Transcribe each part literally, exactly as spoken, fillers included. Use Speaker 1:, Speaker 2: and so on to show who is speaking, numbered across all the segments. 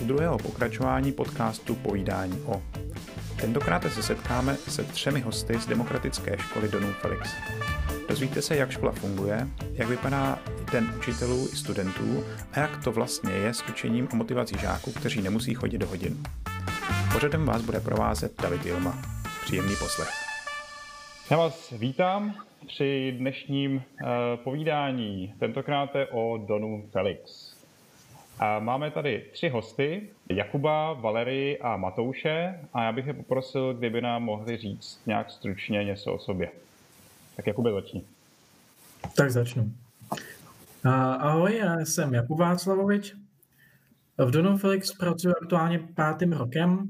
Speaker 1: u druhého pokračování podcastu Povídání o. Tentokrát se setkáme se třemi hosty z Demokratické školy Donum Felix. Dozvíte se, jak škola funguje, jak vypadá den učitelů i studentů a jak to vlastně je s učením a motivací žáků, kteří nemusí chodit do hodin. Pořadem vás bude provázet David Jilma. Příjemný poslech. Já vás vítám při dnešním uh, povídání, tentokrát o Donum Felix. A máme tady tři hosty, Jakuba, Valerii a Matouše, a já bych je poprosil, kdyby nám mohli říct nějak stručně něco o sobě. Tak Jakube, začni.
Speaker 2: Tak začnu. Ahoj, já jsem Jakub Václavovič. V Donum Felix pracuji aktuálně pátým rokem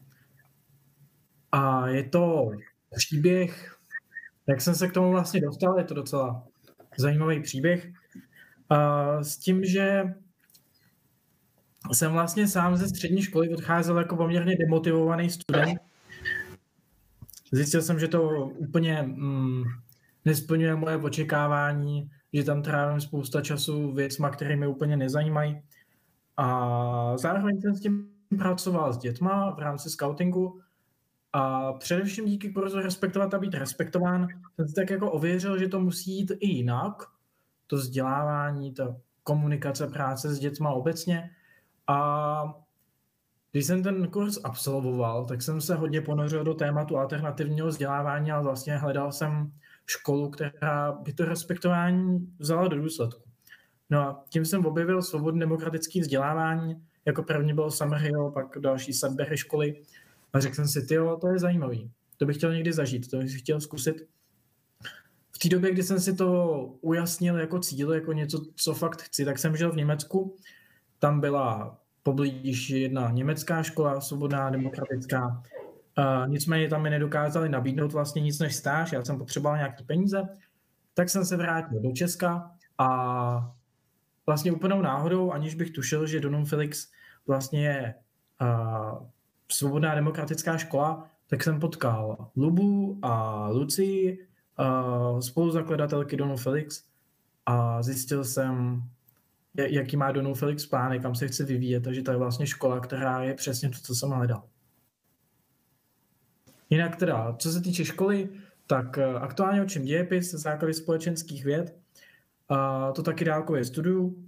Speaker 2: a je to příběh, jak jsem se k tomu vlastně dostal, je to docela zajímavý příběh. S tím, že jsem vlastně sám ze střední školy odcházel jako poměrně demotivovaný student. Zjistil jsem, že to úplně mm, nesplňuje moje očekávání, že tam trávím spousta času věcma, které mě úplně nezajímají. A zároveň jsem s tím pracoval s dětma v rámci scoutingu a především díky kurzu Respektovat a být respektován jsem si tak jako ověřil, že to musí jít i jinak. To vzdělávání, ta komunikace, práce s dětma obecně. A když jsem ten kurz absolvoval, tak jsem se hodně ponořil do tématu alternativního vzdělávání a vlastně hledal jsem školu, která by to respektování vzala do důsledku. No a tím jsem objevil svobodné demokratické vzdělávání, jako první byl Summerhill, pak další Sudbury školy a řekl jsem si, tyjo, to je zajímavý, to bych chtěl někdy zažít, to bych chtěl zkusit. V té době, kdy jsem si to ujasnil jako cíl, jako něco, co fakt chci, tak jsem žil v Německu, tam byla poblíž jedna německá škola, svobodná, demokratická. Uh, nicméně tam mi nedokázali nabídnout vlastně nic než stáž, já jsem potřeboval nějaké peníze, tak jsem se vrátil do Česka a vlastně úplnou náhodou, aniž bych tušil, že Donum Felix vlastně je uh, svobodná demokratická škola, tak jsem potkal Lubu a Lucii, uh, spoluzakladatelky Donum Felix, a zjistil jsem, jaký má Donum Felix plány, kam se chce vyvíjet, takže to je vlastně škola, která je přesně to, co jsem hledal. Jinak teda, co se týče školy, tak aktuálně učím dějepis, základy společenských věd, a to taky dálkově studuju.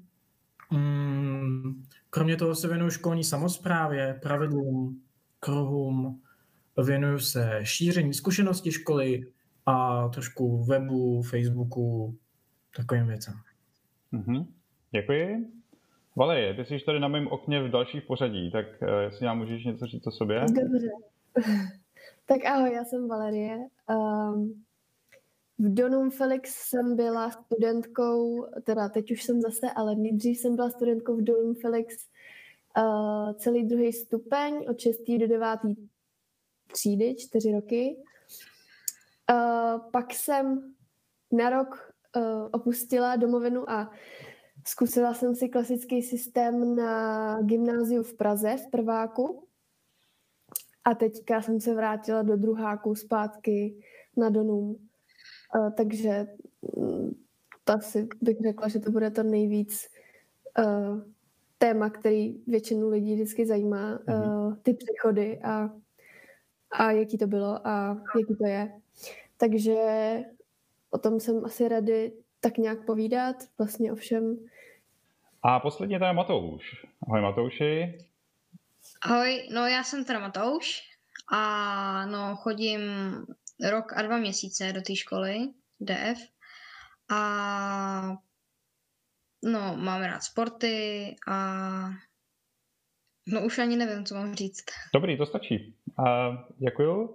Speaker 2: Kromě toho se věnuju školní samosprávě, pravidlům, kruhům, věnuju se šíření zkušeností školy a trošku webu, Facebooku, takovým věcem.
Speaker 1: Mm-hmm. Děkuji. Valerie, ty jsi tady na mém okně v dalších pořadí, tak jestli nám můžeš něco říct o sobě?
Speaker 3: Dobře. Tak ahoj, já jsem Valerie. Um, v Donum Felix jsem byla studentkou, teda teď už jsem zase, ale nejdřív jsem byla studentkou v Donum Felix uh, celý druhý stupeň od šesté do deváté třídy, čtyři roky. Uh, pak jsem na rok uh, opustila domovinu a zkusila jsem si klasický systém na gymnáziu v Praze v prváku a teďka jsem se vrátila do druháku zpátky na Donum. Uh, takže um, to asi bych řekla, že to bude to nejvíc uh, téma, který většinu lidí vždycky zajímá, uh, ty přechody a, a jaký to bylo a jaký to je. Takže o tom jsem asi rady tak nějak povídat, vlastně ovšem.
Speaker 1: A posledně teda Matouš. Ahoj Matouši.
Speaker 4: Ahoj, no já jsem teda Matouš a no chodím rok a dva měsíce do té školy D F a no mám rád sporty a no už ani nevím, co mám říct.
Speaker 1: Dobrý, to stačí. Uh, děkuju.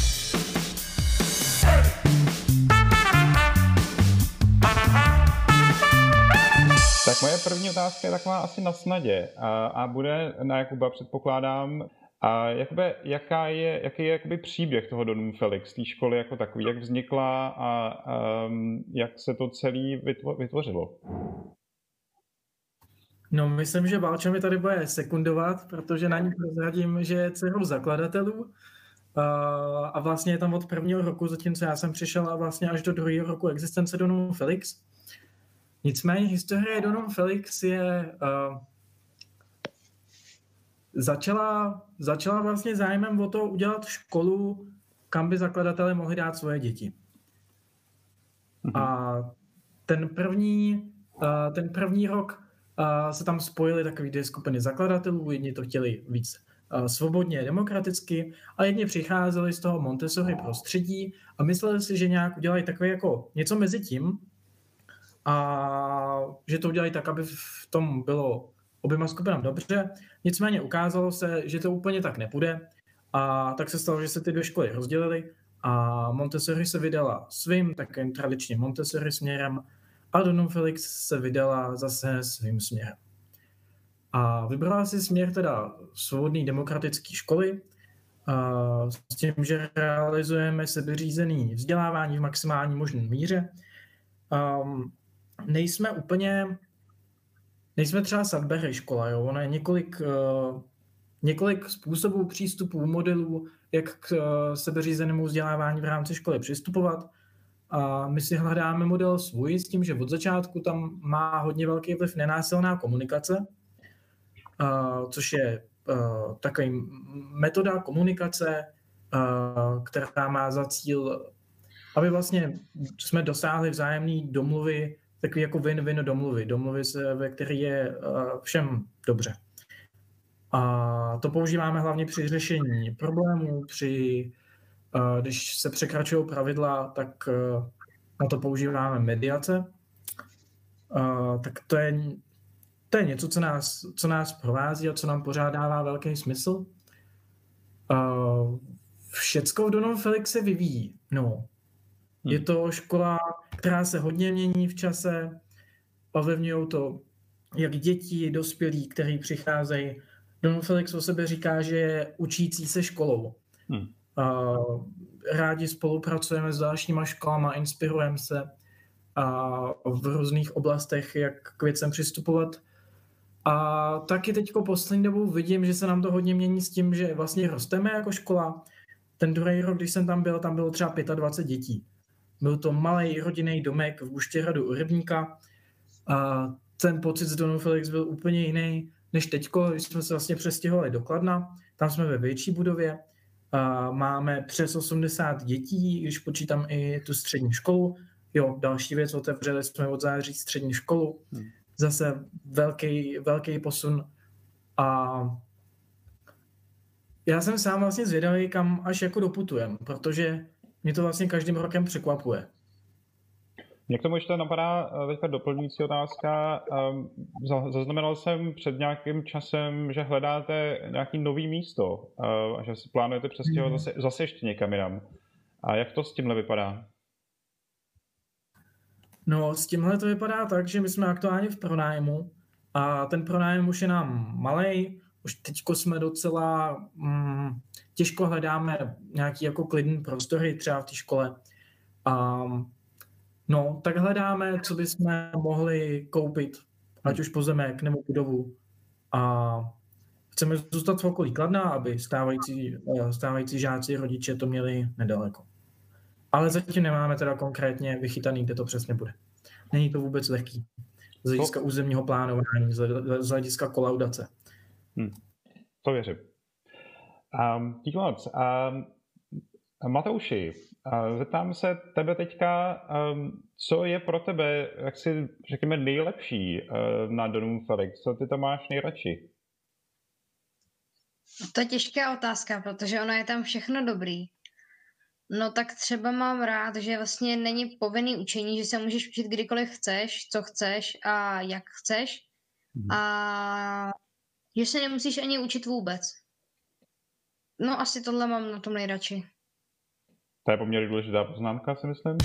Speaker 1: Tak moje první otázka je taková asi na snadě a, a bude na Jakuba, předpokládám. A Jakube, jaká je, jaký je jakoby příběh toho Donum Felix, té školy jako takový, jak vznikla a um, jak se to celé vytvořilo?
Speaker 2: No, myslím, že Válča mi tady bude sekundovat, protože na ní prozradím, že je dcerou zakladatelů a vlastně je tam od prvního roku, zatímco já jsem přišel a vlastně až do druhého roku existence Donum Felix. Nicméně historie Donum Felix je uh, začala, začala vlastně zájmem o to udělat školu, kam by zakladatelé mohli dát svoje děti. Mm-hmm. A ten první, ten první rok se tam spojily takové dvě skupiny zakladatelů, jedni to chtěli víc svobodně, demokraticky, a jedni přicházeli z toho Montessori prostředí a mysleli si, že nějak udělají takové jako něco mezi tím a že to udělají tak, aby v tom bylo oběma skupinám dobře. Nicméně ukázalo se, že to úplně tak nepůjde, a tak se stalo, že se ty dvě školy rozdělily a Montessori se vydala svým takovým tradičně Montessori směrem a Donum Felix se vydala zase svým směrem. A vybrala si směr teda svobodný demokratické školy a s tím, že realizujeme sebeřízený vzdělávání v maximální možné míře. Um, nejsme úplně, nejsme třeba Sudbury škola, jo? Ono je několik, uh, několik způsobů, přístupů, modelů, jak k uh, sebeřízenému vzdělávání v rámci školy přistupovat. A my si hledáme model svůj s tím, že od začátku tam má hodně velký vliv nenásilná komunikace, Uh, což je uh, takový metoda komunikace, uh, která má za cíl, aby vlastně jsme dosáhli vzájemné domluvy, takový jako win-win domluvy, domluvy, se, ve které je uh, všem dobře. A to používáme hlavně při řešení problémů, při, uh, když se překračují pravidla, tak uh, na to používáme mediace. Uh, tak to je To je něco, co nás, co nás provází a co nám pořád dává velký smysl. Uh, všecko v Donum Felix se vyvíjí. No. Je to škola, která se hodně mění v čase. Ovlivňují to jak děti, dospělí, kteří přicházejí. Donum Felix o sebe říká, že je učící se školou. Hmm. Uh, rádi spolupracujeme s dalšíma školama, inspirujeme se uh, v různých oblastech, jak k věcem přistupovat. A taky teďko poslední dobou vidím, že se nám to hodně mění s tím, že vlastně rosteme jako škola. Ten druhý rok, když jsem tam byl, tam bylo třeba dvacet pět dětí. Byl to malý rodinný domek v Buštěhradu u Rybníka. A ten pocit z Donum Felix byl úplně jiný než teďko, když jsme se vlastně přestěhovali do Kladna. Tam jsme ve větší budově. A máme přes osmdesát dětí, když počítám i tu střední školu. Jo, další věc, otevřeli jsme od září střední školu. Hmm. Zase velký, velký posun. A já jsem sám vlastně zvědavý, kam až jako doputujem, protože mě to vlastně každým rokem překvapuje.
Speaker 1: Mě k tomu ještě napadá teďka doplňující otázka. Zaznamenal jsem před nějakým časem, že hledáte nějaký nový místo a že si plánujete přestěhovat mm. zase, zase ještě někam jinam. A jak to s tímhle vypadá?
Speaker 2: No, s tímhle to vypadá tak, že my jsme aktuálně v pronájmu a ten pronájem už je nám malej. Už teďko jsme docela mm, těžko hledáme nějaký jako klidný prostory třeba v té škole. A, no, tak hledáme, co bychom mohli koupit, ať už pozemek nebo budovu. A chceme zůstat v okolí Kladna, aby stávající, stávající žáci, rodiče to měli nedaleko. Ale zatím nemáme teda konkrétně vychytaný, kde to přesně bude. Není to vůbec lehký. Z hlediska to... územního plánování, z hlediska kolaudace.
Speaker 1: Hmm. To věřím. Um, díky moc. Um, Matouši, uh, zeptám se tebe teďka, um, co je pro tebe, jak si řekněme, nejlepší uh, na Donum Felix? Co ty tam máš nejradši?
Speaker 4: To je těžká otázka, protože ono je tam všechno dobrý. No tak třeba mám rád, že vlastně není povinný učení, že se můžeš učit kdykoliv chceš, co chceš a jak chceš. Hmm. A že se nemusíš ani učit vůbec. No asi tohle mám na tom nejradši.
Speaker 1: To je poměrně důležitá poznámka, si myslím.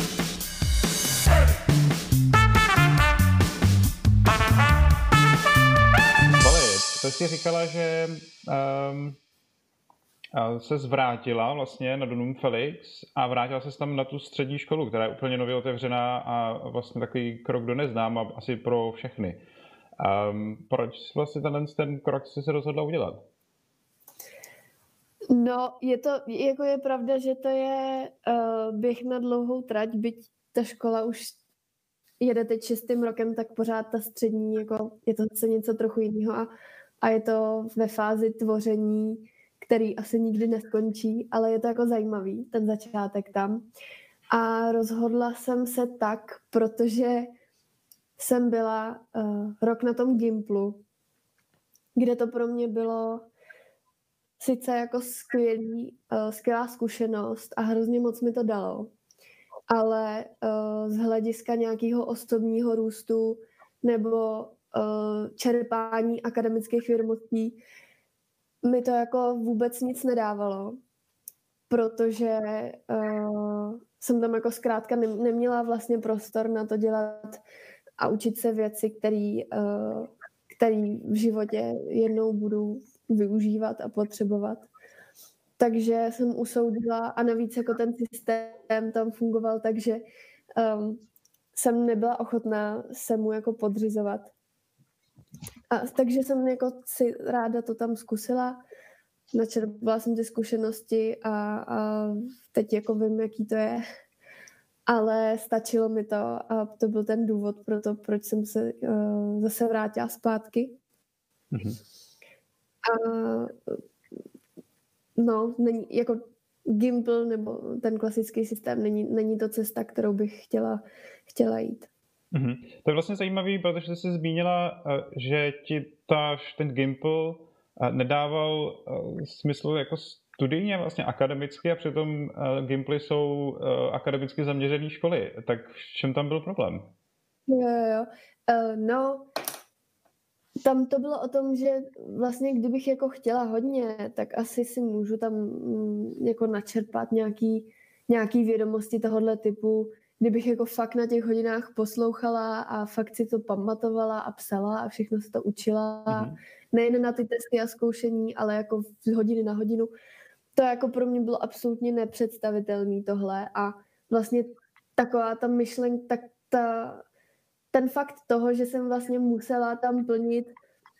Speaker 1: Vali, ty jsi říkala, že um, se zvrátila vlastně na Donum Felix a vrátila se tam na tu střední školu, která je úplně nově otevřená a vlastně takový krok do neznáma asi pro všechny. Um, proč vlastně ten, ten krok jsi se rozhodla udělat?
Speaker 3: No, je to, jako je pravda, že to je uh, běh na dlouhou trať, byť ta škola už jede teď šestým rokem, tak pořád ta střední, jako je to zase něco trochu jiného a a je to ve fázi tvoření, který asi nikdy neskončí, ale je to jako zajímavý, ten začátek tam. A rozhodla jsem se tak, protože jsem byla uh, rok na tom Gimplu, kde to pro mě bylo sice jako skvělý, uh, skvělá zkušenost a hrozně moc mi to dalo, ale uh, z hlediska nějakého osobního růstu nebo uh, čerpání akademických vědomostí mi to jako vůbec nic nedávalo, protože uh, jsem tam jako zkrátka ne- neměla vlastně prostor na to dělat a učit se věci, které uh, který v životě jednou budu využívat a potřebovat. Takže jsem usoudila a navíc jako ten systém tam fungoval, takže um, jsem nebyla ochotná se mu jako podřizovat. A, takže jsem jako si ráda to tam zkusila, načerpala jsem ty zkušenosti a, a teď jako vím, jaký to je. Ale stačilo mi to a to byl ten důvod pro to, proč jsem se uh, zase vrátila zpátky. Mm-hmm. A no, není, jako Gimpl nebo ten klasický systém není, není to cesta, kterou bych chtěla, chtěla jít.
Speaker 1: Mm-hmm. To je vlastně zajímavý, protože jsi zmínila, že ti ta, ten Gimpl nedával smysl jako studijně, vlastně akademicky, a přitom Gimply jsou akademicky zaměřené školy. Tak v čem tam byl problém?
Speaker 3: Jo, jo, jo. Uh, no, tam to bylo o tom, že vlastně kdybych jako chtěla hodně, tak asi si můžu tam mm, jako načerpat nějaký, nějaký vědomosti tohohle typu. Kdybych jako fakt na těch hodinách poslouchala a fakt si to pamatovala a psala a všechno se to učila. Mm-hmm. Nejen na ty testy a zkoušení, ale jako z hodiny na hodinu. To jako pro mě bylo absolutně nepředstavitelné tohle a vlastně taková ta myšlenka, tak ta, ten fakt toho, že jsem vlastně musela tam plnit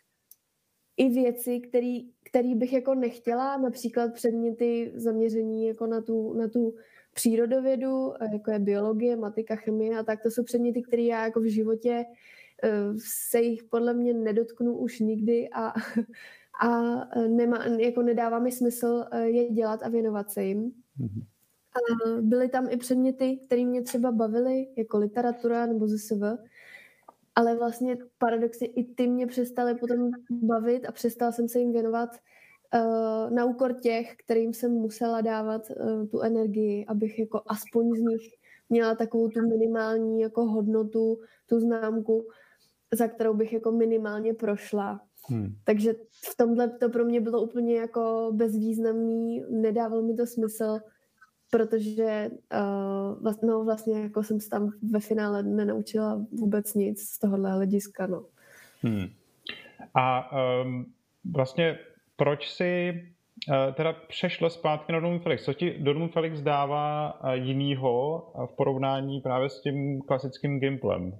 Speaker 3: i věci, který, který bych jako nechtěla, například předměty zaměření jako na tu, na tu přírodovědu, jako je biologie, matika, chemie a tak, to jsou předměty, které já jako v životě se jich podle mě nedotknu už nikdy a a nemá, jako nedává mi smysl je dělat a věnovat se jim. Mm-hmm. A byly tam i předměty, které mě třeba bavily, jako literatura nebo Z S V, ale vlastně paradoxně i ty mě přestaly potom bavit a přestala jsem se jim věnovat uh, na úkor těch, kterým jsem musela dávat uh, tu energii, abych jako aspoň z nich měla takovou tu minimální jako hodnotu, tu známku, za kterou bych jako minimálně prošla. Hmm. Takže v tomhle to pro mě bylo úplně jako bezvýznamný, nedával mi to smysl, protože uh, vlast, no, vlastně jako jsem se tam ve finále nenaučila vůbec nic z tohohle hlediska. No.
Speaker 1: Hmm. A um, vlastně proč si uh, teda přešla zpátky na Donum Felix? Co ti Donum Felix dává uh, jinýho v porovnání právě s tím klasickým Gimplem?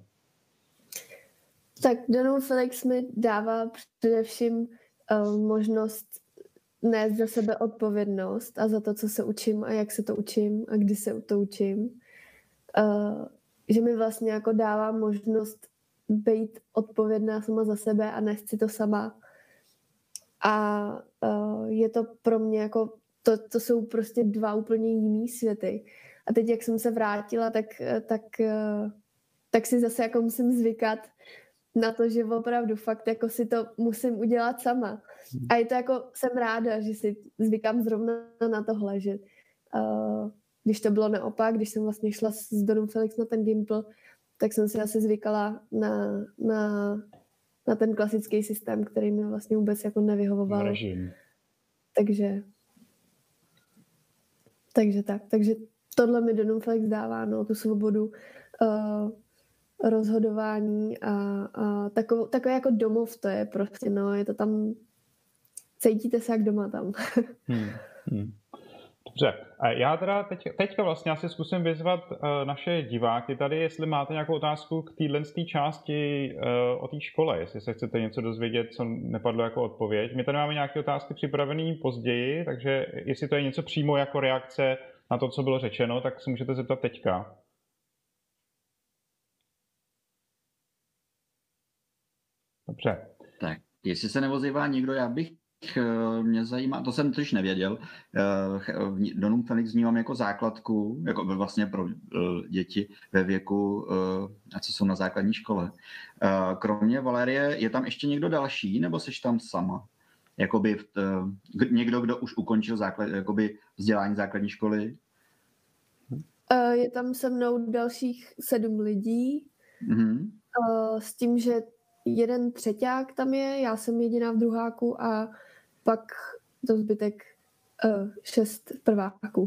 Speaker 3: Tak Donum Felix mi dává především uh, možnost nést za sebe odpovědnost a za to, co se učím a jak se to učím a kdy se to učím. Uh, že mi vlastně jako dává možnost být odpovědná sama za sebe a nést si to sama. A uh, je to pro mě jako, to, to jsou prostě dva úplně jiný světy. A teď, jak jsem se vrátila, tak, tak, uh, tak si zase jako musím zvykat na to, že opravdu fakt jako si to musím udělat sama. A je to jako, jsem ráda, že si zvykám zrovna na tohle, že uh, když to bylo naopak, když jsem vlastně šla s Donum Felix na ten Gimpl, tak jsem si asi zvykala na, na, na ten klasický systém, který mi vlastně vůbec jako nevyhovoval.
Speaker 1: Režim.
Speaker 3: Takže takže tak. Takže tohle mi Donum Felix dává, no, tu svobodu uh, rozhodování a, a takové, takové jako domov to je prostě, no, je to tam, cítíte se jak doma tam. hmm,
Speaker 1: hmm. Dobře, já teda teď, teďka vlastně asi zkusím vyzvat uh, naše diváky tady, jestli máte nějakou otázku k téhle části uh, o té škole, jestli se chcete něco dozvědět, co nepadlo jako odpověď. My tady máme nějaké otázky připravené později, takže jestli to je něco přímo jako reakce na to, co bylo řečeno, tak se můžete zeptat teďka. Dobře.
Speaker 5: Tak, jestli se neozývá někdo, já bych, mě zajímá, to jsem totiž nevěděl, Donum Felix vnímám jako základku, jako vlastně pro děti ve věku, a co jsou na základní škole. Kromě Valerie, je tam ještě někdo další, nebo jsi tam sama? Jakoby někdo, kdo už ukončil základ, jakoby vzdělání základní školy?
Speaker 3: Je tam se mnou dalších sedm lidí,
Speaker 5: mm-hmm.
Speaker 3: s tím, že jeden třeťák tam je, já jsem jediná v druháku a pak to zbytek uh, šest prváků.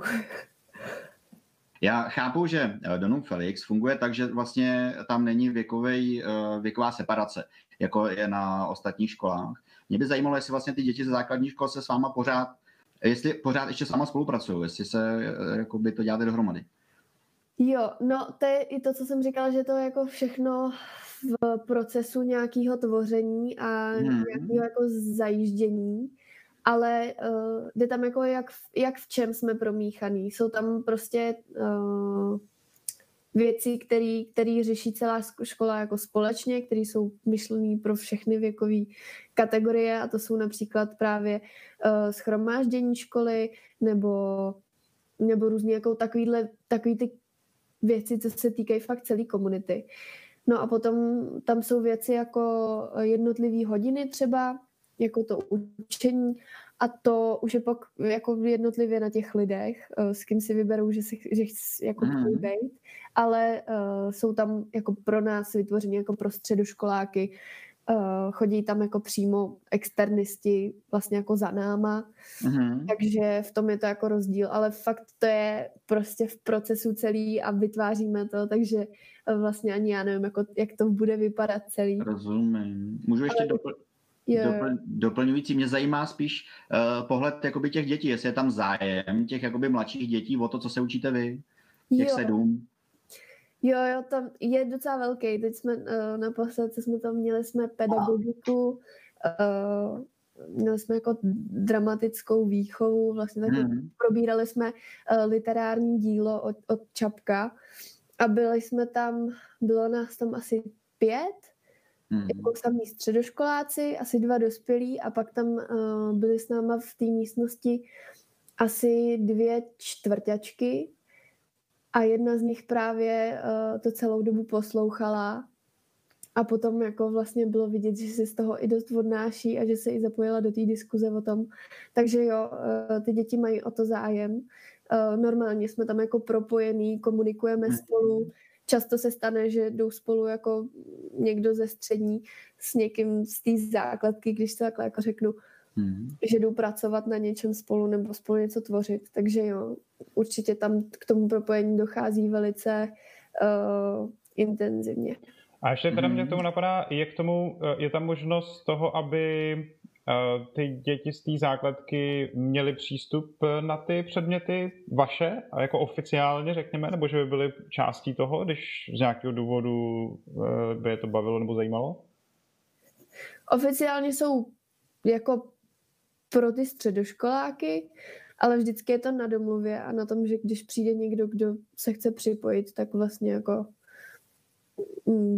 Speaker 5: Já chápu, že Donum Felix funguje tak, že vlastně tam není věkovej, věková separace, jako je na ostatních školách. Mě by zajímalo, jestli vlastně ty děti ze základní školy se s váma pořád, jestli pořád ještě s váma spolupracují, jestli se jakoby to děláte dohromady.
Speaker 3: Jo, no to je i to, co jsem říkala, že to je jako všechno v procesu nějakého tvoření a hmm. nějakého jako zajíždění, ale uh, jde tam jako jak, jak v čem jsme promíchaný. Jsou tam prostě uh, věci, které řeší celá škola jako společně, které jsou myšlené pro všechny věkové kategorie a to jsou například právě uh, shromáždění školy nebo, nebo různý jako takovýhle, takový ty věci, co se týkají fakt celé komunity. No a potom tam jsou věci jako jednotlivé hodiny třeba, jako to učení a to už je pak jako jednotlivě na těch lidech, s kým si vyberou, že, si, že jako chtějí být, ale uh, jsou tam jako pro nás vytvoření jako pro středoškoláky, uh, chodí tam jako přímo externisti vlastně jako za náma, mm. takže v tom je to jako rozdíl, ale fakt to je prostě v procesu celý a vytváříme to, takže vlastně ani já nevím, jako, jak to bude vypadat celý.
Speaker 5: Rozumím. Můžu ještě doplnit? Dopl, doplňující, mě zajímá spíš uh, pohled jakoby těch dětí, jestli je tam zájem těch jakoby mladších dětí o to, co se učíte vy, těch jo. sedm.
Speaker 3: Jo, jo, tam je docela velký. Teď jsme uh, naposled, co jsme tam měli, jsme pedagogiku, uh, měli jsme jako dramatickou výchovu, vlastně taky hmm. probírali jsme uh, literární dílo od, od Čapka a byli jsme tam, bylo nás tam asi pět, Hmm. jako samý středoškoláci, asi dva dospělí a pak tam uh, byly s náma v té místnosti asi dvě čtvrťačky a jedna z nich právě uh, to celou dobu poslouchala a potom jako vlastně bylo vidět, že si z toho i dost odnáší a že se i zapojila do té diskuze o tom. Takže jo, uh, ty děti mají o to zájem. Uh, normálně jsme tam jako propojení, komunikujeme hmm. spolu. Často se stane, že jdou spolu jako někdo ze střední s někým z té základky, když to takhle jako řeknu, hmm. že jdou pracovat na něčem spolu nebo spolu něco tvořit. Takže jo, určitě tam k tomu propojení dochází velice uh, intenzivně.
Speaker 1: A ještě teda mě k tomu napadá, je k tomu, je tam možnost toho, aby ty děti z té základky měly přístup na ty předměty vaše, a jako oficiálně řekněme, nebo že by byly částí toho, když z nějakého důvodu by je to bavilo nebo zajímalo?
Speaker 3: Oficiálně jsou jako pro ty středoškoláky, ale vždycky je to na domluvě a na tom, že když přijde někdo, kdo se chce připojit, tak vlastně jako mm,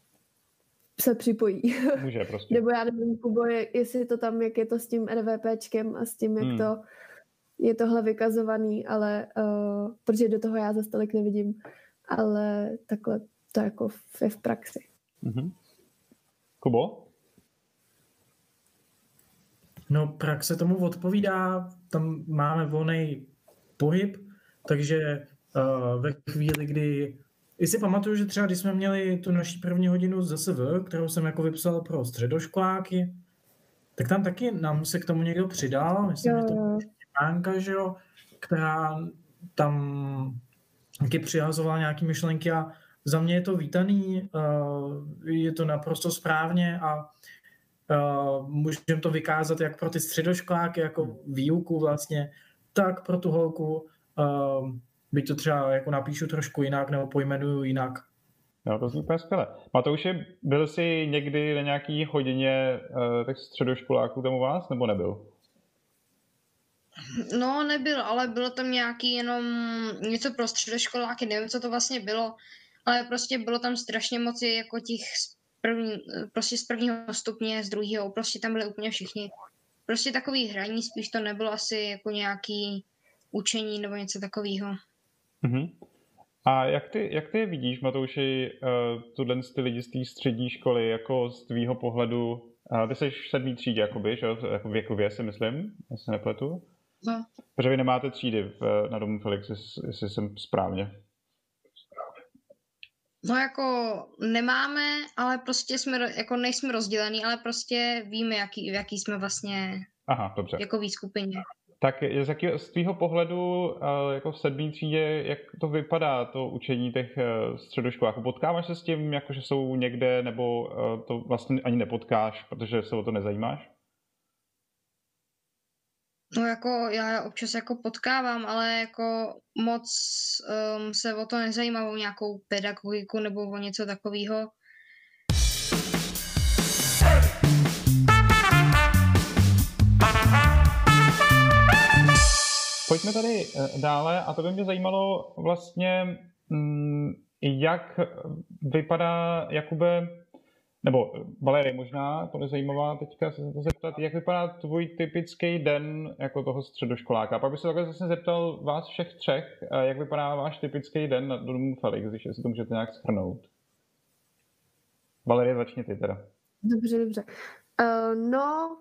Speaker 3: se připojí.
Speaker 1: Může prostě.
Speaker 3: Nebo já nevím, Kubo, jestli to tam, jak je to s tím RVPčkem a s tím, jak hmm. to je tohle vykazovaný, ale uh, protože do toho já za tolik nevidím, ale takhle to jako je v praxi.
Speaker 1: Mm-hmm. Kubo?
Speaker 2: No, praxe tomu odpovídá, tam máme volný pohyb, takže uh, ve chvíli, kdy I si pamatuju, že třeba když jsme měli tu naši první hodinu z S V, kterou jsem jako vypsal pro středoškoláky, tak tam taky nám se k tomu někdo přidal, myslím, jo. že to byla Anka, že jo, která tam taky přihazovala nějaké myšlenky a za mě je to vítaný, je to naprosto správně a můžeme to vykázat jak pro ty středoškoláky, jako výuku vlastně, tak pro tu holku, byť to třeba jako napíšu trošku jinak nebo pojmenuju jinak.
Speaker 1: No, to zní úplně skvěle. Matouši, byl jsi někdy na nějaký hodině uh, těch středoškoláků tam u vás, nebo nebyl?
Speaker 4: No, nebyl, ale bylo tam nějaký jenom něco pro středoškoláky, nevím, co to vlastně bylo, ale prostě bylo tam strašně moc jako těch první, prostě z prvního stupně, z druhého, prostě tam byli úplně všichni. Prostě takový hraní, spíš to nebylo asi jako nějaký učení nebo něco takového.
Speaker 1: Mm-hmm. A jak ty, jak ty je vidíš, Matouši, uh, tuhle ty lidi z té střední školy, jako z tvýho pohledu, uh, ty jsi v sedmý třídě, jakoby, že? Jako věkově si myslím, já se nepletu.
Speaker 4: No.
Speaker 1: Protože vy nemáte třídy v, na domu Felix, jestli jsem správně.
Speaker 4: No jako nemáme, ale prostě jsme, jako nejsme rozdělení, ale prostě víme, jaký, jaký jsme vlastně.
Speaker 1: Aha, dobře.
Speaker 4: Jakový skupině.
Speaker 1: Tak z, jaký, z tvýho pohledu jako v sedmý třídě, jak to vypadá, to učení těch středoškoláků? Potkáváš se s tím, jako že jsou někde, nebo to vlastně ani nepotkáš, protože se o to nezajímáš?
Speaker 4: No jako já občas jako potkávám, ale jako moc um, se o to nezajímám, o nějakou pedagogiku nebo o něco takového.
Speaker 1: Pojďme tady dále a to by mě zajímalo vlastně, jak vypadá, Jakube, nebo Valerie možná, to je zajímavá teďka se to zeptat, jak vypadá tvůj typický den jako toho středoškoláka. Pak bych se takhle zase zeptal vás všech třech, jak vypadá váš typický den na domu Felix, když si to můžete nějak shrnout. Valerie, začni ty teda.
Speaker 3: Dobře, dobře. Uh, no,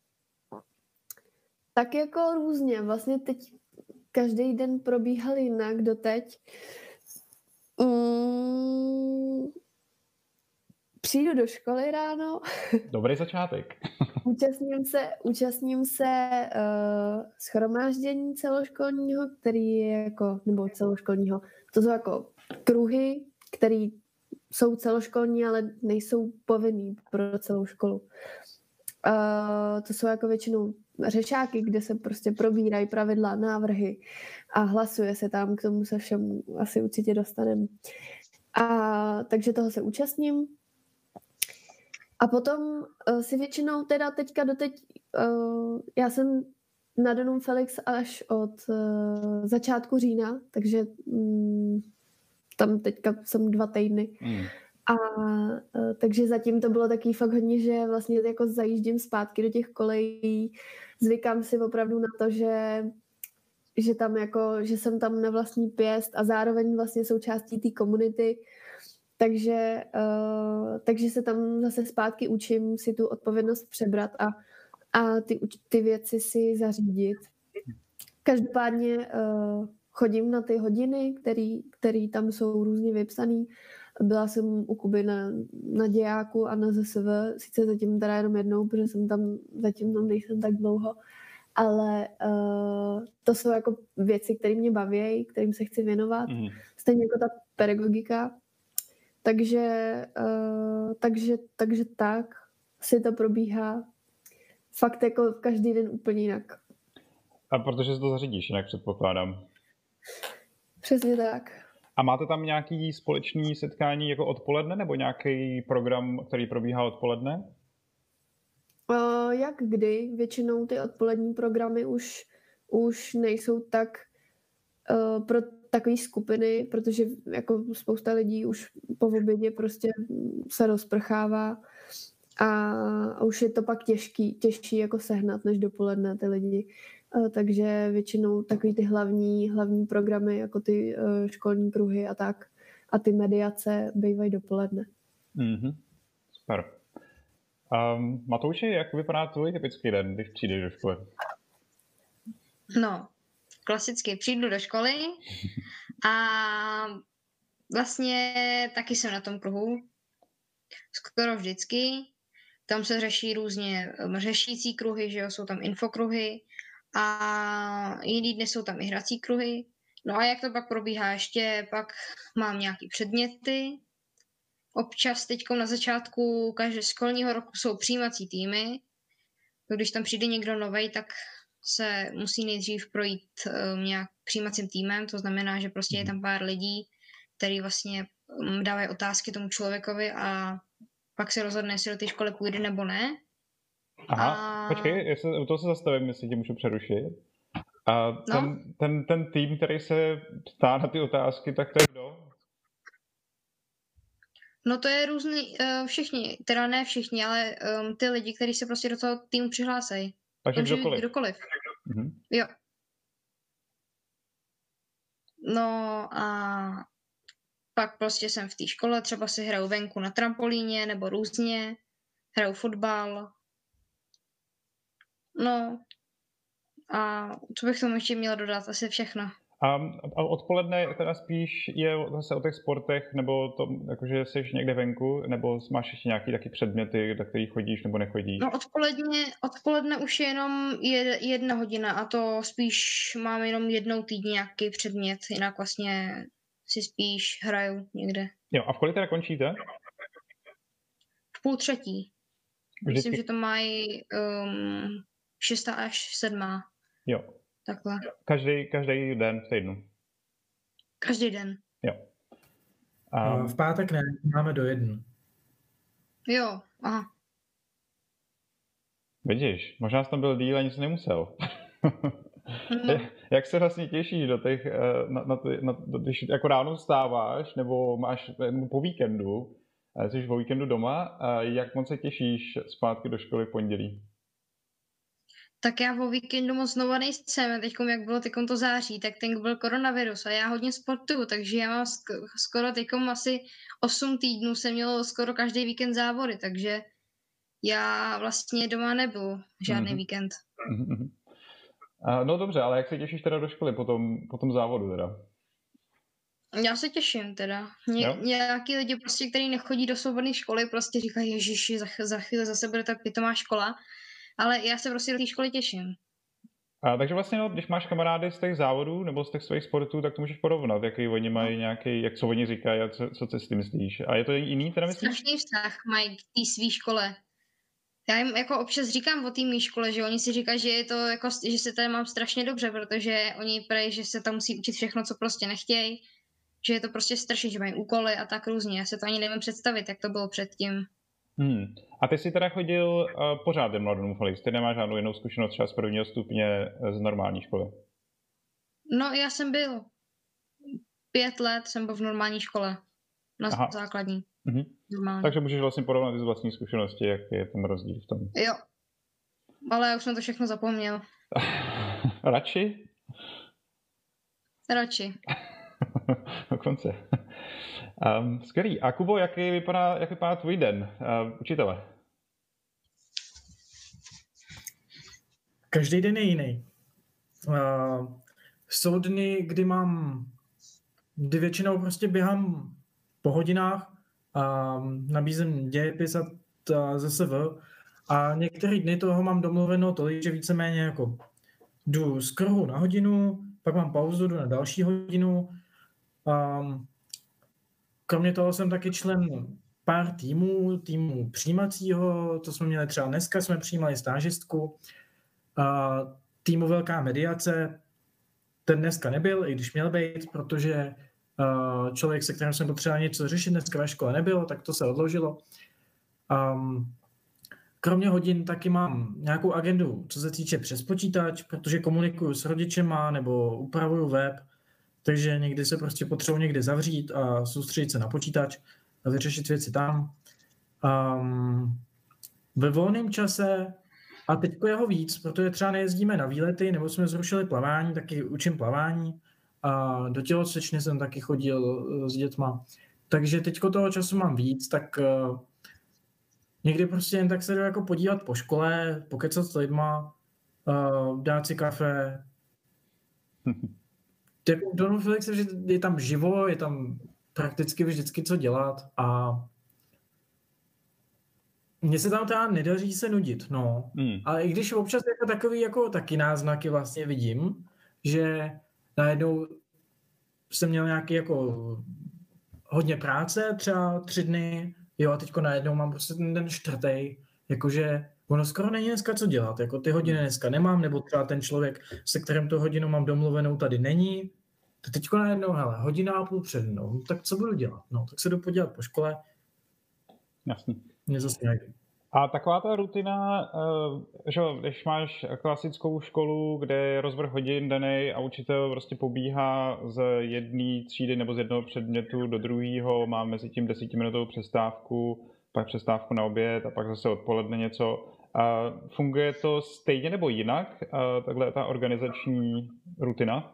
Speaker 3: tak jako různě. Vlastně teď každý den probíhal jinak doteď. Mm, přijdu do školy ráno.
Speaker 1: Dobrý začátek.
Speaker 3: účastním se, účastním se uh, shromáždění celoškolního, který je jako, nebo celoškolního, to jsou jako kruhy, které jsou celoškolní, ale nejsou povinný pro celou školu. Uh, to jsou jako většinou řešáky, kde se prostě probírají pravidla, návrhy a hlasuje se tam, k tomu se všemu asi určitě dostaneme. A takže toho se účastním. A potom uh, si většinou teda teďka doteď, uh, já jsem na Donum Felix až od uh, začátku října, takže um, tam teďka jsem dva týdny. Mm. A uh, takže zatím to bylo taky fakt hodně, že vlastně jako zajíždím zpátky do těch kolejí, zvykám si opravdu na to, že, že tam jako, že jsem tam na vlastní pěst a zároveň vlastně součástí té komunity, takže, uh, takže se tam zase zpátky učím si tu odpovědnost přebrat a, a ty, ty věci si zařídit. Každopádně uh, chodím na ty hodiny, který, který tam jsou různě vypsaný. Byla jsem u Kuby na, na dějáku a na Z S V, sice zatím teda jenom jednou, protože jsem tam, zatím tam nejsem tak dlouho, ale uh, to jsou jako věci, které mě baví, kterým se chci věnovat, mm. stejně jako ta pedagogika. Takže, uh, takže, takže tak si to probíhá fakt jako každý den úplně jinak.
Speaker 1: A protože si to zařídíš, jinak předpokládám.
Speaker 3: Přesně tak.
Speaker 1: A máte tam nějaký společný setkání jako odpoledne, nebo nějaký program, který probíhá odpoledne?
Speaker 3: Uh, jak kdy. Většinou ty odpolední programy už, už nejsou tak uh, pro takové skupiny, protože jako spousta lidí už po obědě prostě se rozprchává a, a už je to pak těžký, těžší jako sehnat než dopoledne ty lidi. Uh, takže většinou takový ty hlavní, hlavní programy, jako ty uh, školní kruhy a tak, a ty mediace bývají dopoledne.
Speaker 1: Mm-hmm. Super. Um, Matouši, jak vypadá tvůj typický den, když přijdeš do školy?
Speaker 4: No, klasicky přijdu do školy a vlastně taky jsem na tom kruhu. Skoro vždycky. Tam se řeší různě řešící kruhy, že jo, jsou tam infokruhy a jiný dny jsou tam i hrací kruhy. No a jak to pak probíhá ještě, pak mám nějaký předměty. Občas teďko na začátku každého školního roku jsou přijímací týmy. Když tam přijde někdo novej, tak se musí nejdřív projít um, nějak přijímacím týmem, to znamená, že prostě je tam pár lidí, kteří vlastně um, dávají otázky tomu člověkovi a pak se rozhodne, jestli do té školy půjde nebo ne.
Speaker 1: Aha, a... počkej, jestli, u toho se zastavím, jestli tě můžu přerušit. A ten, no? ten, ten tým, který se ptá na ty otázky, tak to je kdo?
Speaker 4: No to je různý, uh, všichni, teda ne všichni, ale um, ty lidi, kteří se prostě do toho týmu přihlásejí.
Speaker 1: Takže
Speaker 4: Může
Speaker 1: kdokoliv.
Speaker 4: být kdokoliv.
Speaker 1: Mhm.
Speaker 4: Jo. No a pak prostě jsem v té škole, třeba si hraju venku na trampolíně nebo různě, hraju fotbal. No a co bych tomu ještě měla dodat, asi všechno.
Speaker 1: A, a odpoledne teda spíš je zase o těch sportech, nebo to, jakože jsi někde venku, nebo máš ještě nějaký taky předměty, do kterých chodíš nebo nechodíš?
Speaker 4: No odpoledne, odpoledne už je jenom jed, jedna hodina a to spíš mám jenom jednou týdně nějaký předmět, jinak vlastně si spíš hraju někde.
Speaker 1: Jo, a v kolik teda končíte?
Speaker 4: V půl třetí.
Speaker 1: Vždycky...
Speaker 4: Myslím, že to mají um, šestá až sedmá.
Speaker 1: Jo.
Speaker 4: Takhle.
Speaker 1: Každý, každý den v týdnu?
Speaker 4: Každý den.
Speaker 1: Jo.
Speaker 2: Um, v pátek ne, máme do jednu.
Speaker 4: Jo, aha.
Speaker 1: Vidíš, možná jsi tam byl díl a nic nemusel.
Speaker 4: No.
Speaker 1: Jak se vlastně těšíš do těch, na, na, na, na, když jako ráno vstáváš, nebo máš nebo po víkendu, jsi o víkendu doma, jak moc se těšíš zpátky do školy v pondělí?
Speaker 4: Tak já o víkendu moc znova nejsem. Teďkom, jak bylo teďkom to září, tak ten byl koronavirus a já hodně sportuju, takže já mám sk- skoro teďkom asi osm týdnů jsem měl skoro každý víkend závody, takže já vlastně doma nebyl žádný mm-hmm. víkend.
Speaker 1: Mm-hmm. No dobře, ale jak se těšíš teda do školy po tom, po tom závodu teda?
Speaker 4: Já se těším teda. Ně, nějaký lidi prostě, kteří nechodí do svobodné školy, prostě říkají, ježiši, za, za chvíli zase bude ta pitomá škola. Ale já se prostě do té školy těším.
Speaker 1: A, takže vlastně, no, když máš kamarády z těch závodů nebo z těch svých sportů, tak to můžeš porovnat, jaký oni mají nějaký, jak co oni říkají a co, co ty si myslíš. A je to jiný teda myslíš?
Speaker 4: Strašný vztah mají k té své škole. Já jim jako občas říkám o té mý škole, že oni si říkají, že je to jako, že se tady mám strašně dobře, protože oni praví, že se tam musí učit všechno, co prostě nechtějí, že je to prostě strašně, že mají úkoly a tak různě. Já se to ani nevím představit, jak to bylo předtím.
Speaker 1: Hmm. A ty jsi teda chodil uh, pořád do Mladonů Felix, ty nemáš žádnou jinou zkušenost třeba z prvního stupně z normální školy?
Speaker 4: No já jsem byl pět let, jsem byl v normální škole, na Aha. základní.
Speaker 1: Mhm. Takže můžeš vlastně porovnat z vlastní zkušenosti, jak je ten rozdíl v tom.
Speaker 4: Jo, ale já už jsem to všechno zapomněl.
Speaker 1: Radši?
Speaker 4: Radši.
Speaker 1: Dokonce. Um, skvělý. A Kubo, jaký vypadá, jak vypadá tvůj den uh, učitele?
Speaker 2: Každý den je jiný. Uh, jsou dny, kdy mám, kdy většinou prostě běhám po hodinách a nabízím dějepis a Z S V a některé dny toho mám domluveno tolik, že víceméně jako jdu z kruhu na hodinu, pak mám pauzu, jdu na další hodinu. Um, kromě toho jsem taky člen pár týmů, týmu přijímacího, to jsme měli třeba dneska, jsme přijímali stážistku. Uh, týmu Velká mediace, ten dneska nebyl, i když měl být, protože uh, člověk, se kterým jsem potřeboval něco řešit, dneska ve škole nebylo, tak to se odložilo. Um, kromě hodin taky mám nějakou agendu, co se týče přes počítač, protože komunikuju s rodičema nebo upravuju web, takže někdy se prostě potřebuji někde zavřít a soustředit se na počítač a vyřešit věci tam. Um, ve volném čase, a teďko jeho víc, protože třeba nejezdíme na výlety, nebo jsme zrušili plavání, taky učím plavání a do tělocvičny jsem taky chodil s dětma. Takže teďko toho času mám víc, tak uh, někdy prostě jen tak se jdu jako podívat po škole, pokecat s lidma, uh, dát si kafe. Jako v Donu Felix je tam živo, je tam prakticky vždycky co dělat a mně se tam teda nedaří se nudit, no. Mm. Ale i když občas jako takový jako taky náznaky vlastně vidím, že najednou jsem měl nějaký jako hodně práce, třeba tři dny, jo a teďko najednou mám prostě ten den čtvrtý, jakože ono skoro není dneska co dělat, jako ty hodiny dneska nemám, nebo třeba ten člověk, se kterým tu hodinu mám domluvenou, tady není, to teďko najednou, hele, hodina a půl před mnou, tak co budu dělat? No, tak se jdu podívat po škole.
Speaker 1: Jasný.
Speaker 2: Mě zase nejde.
Speaker 1: A taková ta rutina, že když máš klasickou školu, kde je rozvrh hodin daný a učitel prostě pobíhá z jedné třídy nebo z jednoho předmětu do druhého, má mezi tím desetiminutovou přestávku, pak přestávku na oběd a pak zase odpoledne něco. A funguje to stejně nebo jinak, takhle je ta organizační rutina?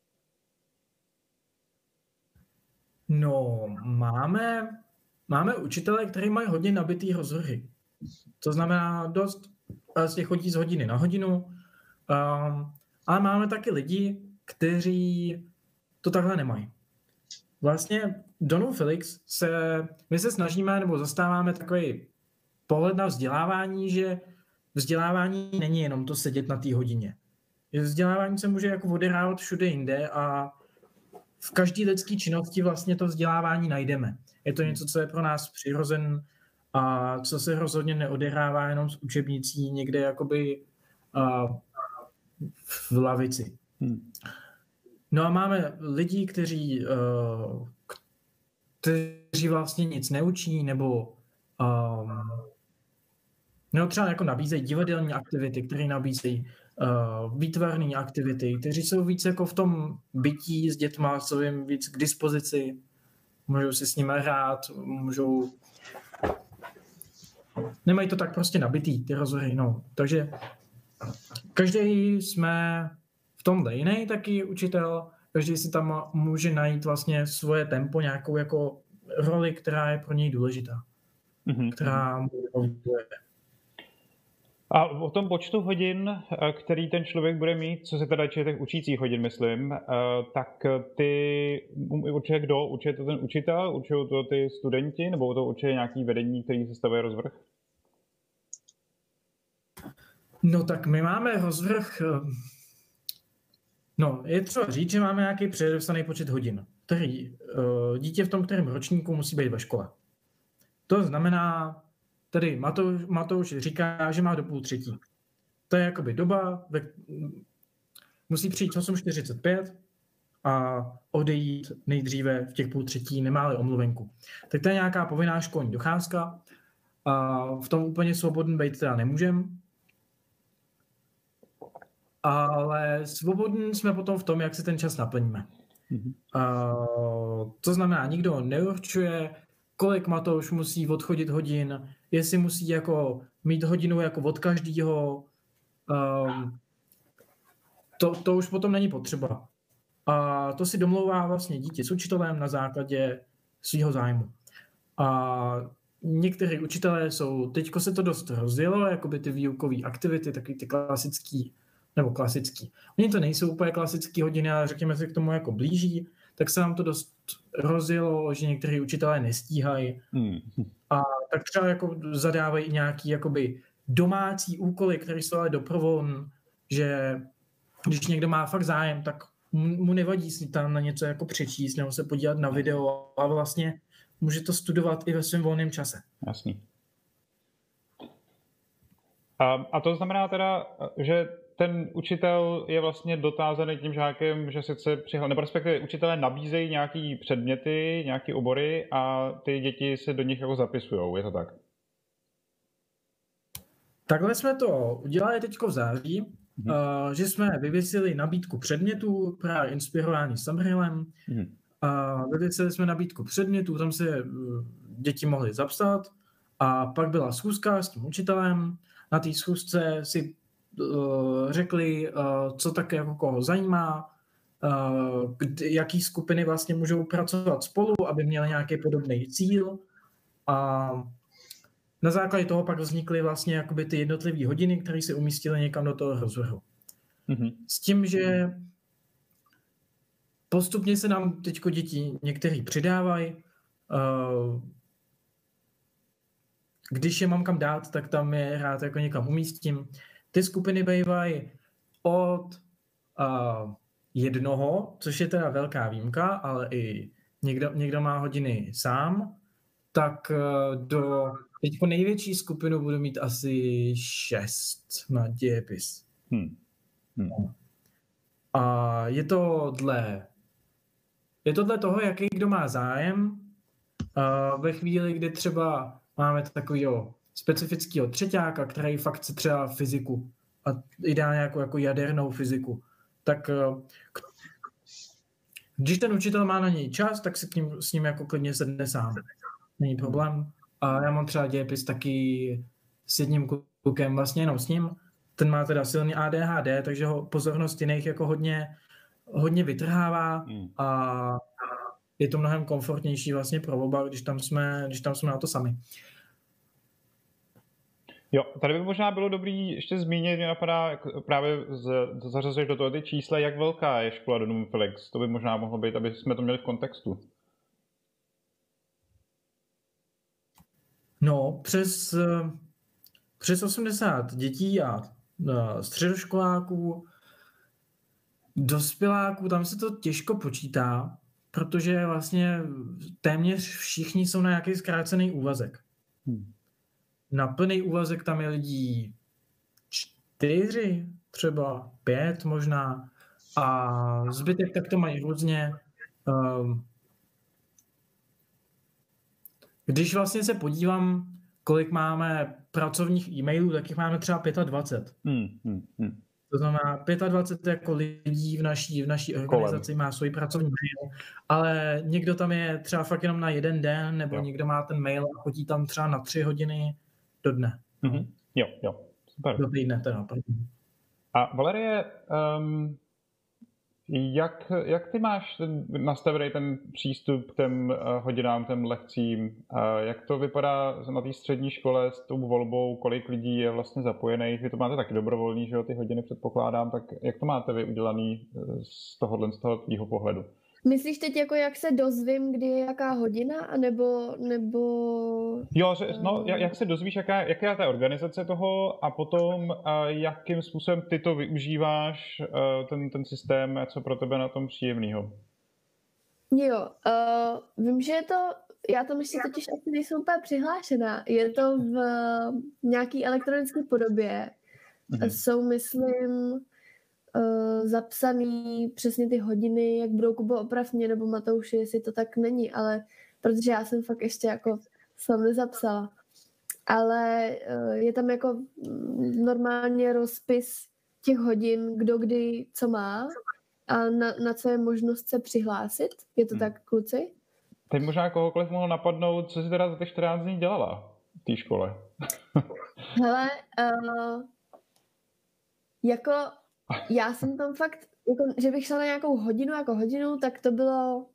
Speaker 2: No, máme, máme učitele, kteří mají hodně nabitý rozvrhy. To znamená dost, vlastně chodí z hodiny na hodinu, um, ale máme taky lidi, kteří to takhle nemají. Vlastně Donum Felix se, my se snažíme nebo zastáváme takový pohled na vzdělávání, že vzdělávání není jenom to sedět na té hodině. Vzdělávání se může jako odehrávat všude jinde a v každé lidské činnosti vlastně to vzdělávání najdeme. Je to něco, co je pro nás přirozen a co se rozhodně neodehrává jenom z učebnicí někde jakoby uh, v lavici. Hmm. No a máme lidi, kteří, uh, kteří vlastně nic neučí, nebo um, no třeba jako nabízejí divadelní aktivity, které nabízejí uh, výtvarné aktivity, kteří jsou víc jako v tom bytí s dětma, jsou jim víc k dispozici, můžou si s nimi hrát, můžou... Nemají to tak prostě nabitý, ty rozvrhy, no. Takže každý jsme v tomhle jiný taky učitel, každý si tam může najít vlastně svoje tempo, nějakou jako roli, která je pro něj důležitá, mm-hmm. která mu vyhovuje.
Speaker 1: A o tom počtu hodin, který ten člověk bude mít, co se teda týče těch učících hodin, myslím, tak ty určitě kdo? Určitě to ten učitel, určitě to ty studenti, nebo to určitě nějaký vedení, který sestavuje rozvrh?
Speaker 2: No tak my máme rozvrh, no je třeba říct, že máme nějaký předepsaný počet hodin, který dítě v tom kterém ročníku musí být ve škole. To znamená, tady Matouš, Matouš říká, že má do půl třetí. To je jakoby doba, ve, musí přijít osm čtyřicet pět a odejít nejdříve v těch půl třetí, nemá-li omluvenku. Tak to je nějaká povinná školní docházka a v tom úplně svobodný být teda nemůžem. Ale svobodní jsme potom v tom, jak si ten čas naplníme. Mm-hmm. A, to znamená, nikdo neurčuje, kolik Matouš musí odchodit hodin, jestli musí jako mít hodinu jako od každého, um, to, to už potom není potřeba. A to si domlouvá vlastně dítě s učitelem na základě svého zájmu. A některé učitelé jsou, teďko se to dost rozjelo, jakoby ty výukové aktivity, takový ty klasický, nebo klasický. Oni to nejsou úplně klasické hodiny, ale řekněme se k tomu jako blíží, tak se nám to dost rozjelo, že některé učitelé nestíhají. Hmm. A tak třeba jako zadávají nějaký jakoby domácí úkoly, které jsou ale doprovolné, že když někdo má fakt zájem, tak mu nevadí si tam na něco jako přečíst nebo se podívat na video a vlastně může to studovat i ve svém volném čase.
Speaker 1: Jasný. A, a to znamená teda, že ten učitel je vlastně dotázaný tím žákem, že sice přihlásil, nebo respektive učitelé nabízejí nějaký předměty, nějaké obory a ty děti se do nich jako zapisujou, je to tak?
Speaker 2: Takhle jsme to udělali teďko v září, hmm. uh, že jsme vyvěsili nabídku předmětů, právě inspirovaný Summerhillem. Hmm. Uh, vyvěsili jsme nabídku předmětů, tam se uh, děti mohly zapsat a pak byla schůzka s tím učitelem. Na té schůzce si řekli, co také jako koho zajímá, jaký skupiny vlastně můžou pracovat spolu, aby měli nějaký podobný cíl. A na základě toho pak vznikly vlastně jakoby ty jednotlivé hodiny, které se umístily někam do toho rozvrhu. Mm-hmm. S tím, že postupně se nám teďko děti některý přidávají. Když je mám kam dát, tak tam je rád jako někam umístím. Ty skupiny bývají od uh, jednoho, což je teda velká výjimka, ale i někdo, někdo má hodiny sám, tak uh, do teďko největší skupinu budu mít asi šest na dějepis. Hmm. Hmm. A je to dle, je to dle toho, jaký kdo má zájem. Uh, ve chvíli, kdy třeba máme takovýho specifického třeťáka, který fakt chce třeba fyziku a ideálně jako, jako jadernou fyziku, tak k... když ten učitel má na něj čas, tak si k ním, s ním jako klidně sedne sám. Není problém. A já mám třeba dějepis taky s jedním klukem, vlastně jenom s ním. Ten má teda silný A D H D, takže ho pozornost jiných jako hodně, hodně vytrhává hmm. a je to mnohem komfortnější vlastně pro oba, když tam jsme, když tam jsme na to sami.
Speaker 1: Jo, tady by možná bylo dobrý ještě zmínit, mě napadá právě zařazuješ do toho ty čísla, jak velká je škola Donum Felix. To by možná mohlo být, aby jsme to měli v kontextu.
Speaker 2: No, přes, přes osmdesát dětí a středoškoláků, dospěláků, tam se to těžko počítá, protože vlastně téměř všichni jsou na nějaký zkrácený úvazek. Hmm. Na plný úvazek tam je lidí čtyři, třeba pět možná, a zbytek tak to mají různě. Když vlastně se podívám, kolik máme pracovních e-mailů, tak jich máme třeba dvacet pět. Hmm, hmm, hmm. To znamená, dvacet pět jako lidí v naší, v naší organizaci Kolem. Má svůj pracovní mail, ale někdo tam je třeba fakt jenom na jeden den, nebo jo. Někdo má ten mail a chodí tam třeba na tři hodiny do dne.
Speaker 1: Mm-hmm. Jo, jo, super.
Speaker 2: Do týdne teda.
Speaker 1: A Valerie, um, jak, jak ty máš ten, nastavený ten přístup k těm uh, hodinám, těm lekcím? Uh, jak to vypadá na té střední škole s tou volbou, kolik lidí je vlastně zapojených? Vy to máte taky dobrovolný, že jo, ty hodiny předpokládám, tak jak to máte vy udělaný z tohohle, z toho tvýho pohledu?
Speaker 3: Myslíš teď jako jak se dozvím, kdy je jaká hodina, anebo, nebo...
Speaker 1: Jo, no, jak se dozvíš, jaká, jaká je ta organizace toho a potom jakým způsobem ty to využíváš, ten, ten systém, co pro tebe na tom příjemného?
Speaker 3: Jo, uh, vím, že je to, já tam ještě totiž asi nejsem úplně přihlášená, je to v nějaký elektronické podobě, mhm. Jsou, myslím... Uh, zapsaný přesně ty hodiny, jak budou, Kubo, oprav mě, nebo Matouši, jestli to tak není, ale protože já jsem fakt ještě jako sám nezapsala. Ale uh, je tam jako normálně rozpis těch hodin, kdo kdy co má a na, na co je možnost se přihlásit. Je to hmm. tak, kluci?
Speaker 1: Teď možná kohokoliv mohlo napadnout, co jsi teda za těch čtrnáct dní dělala v té škole?
Speaker 3: Hele, uh, jako já jsem tam fakt, jako, že bych šla na nějakou hodinu jako hodinu, tak to bylo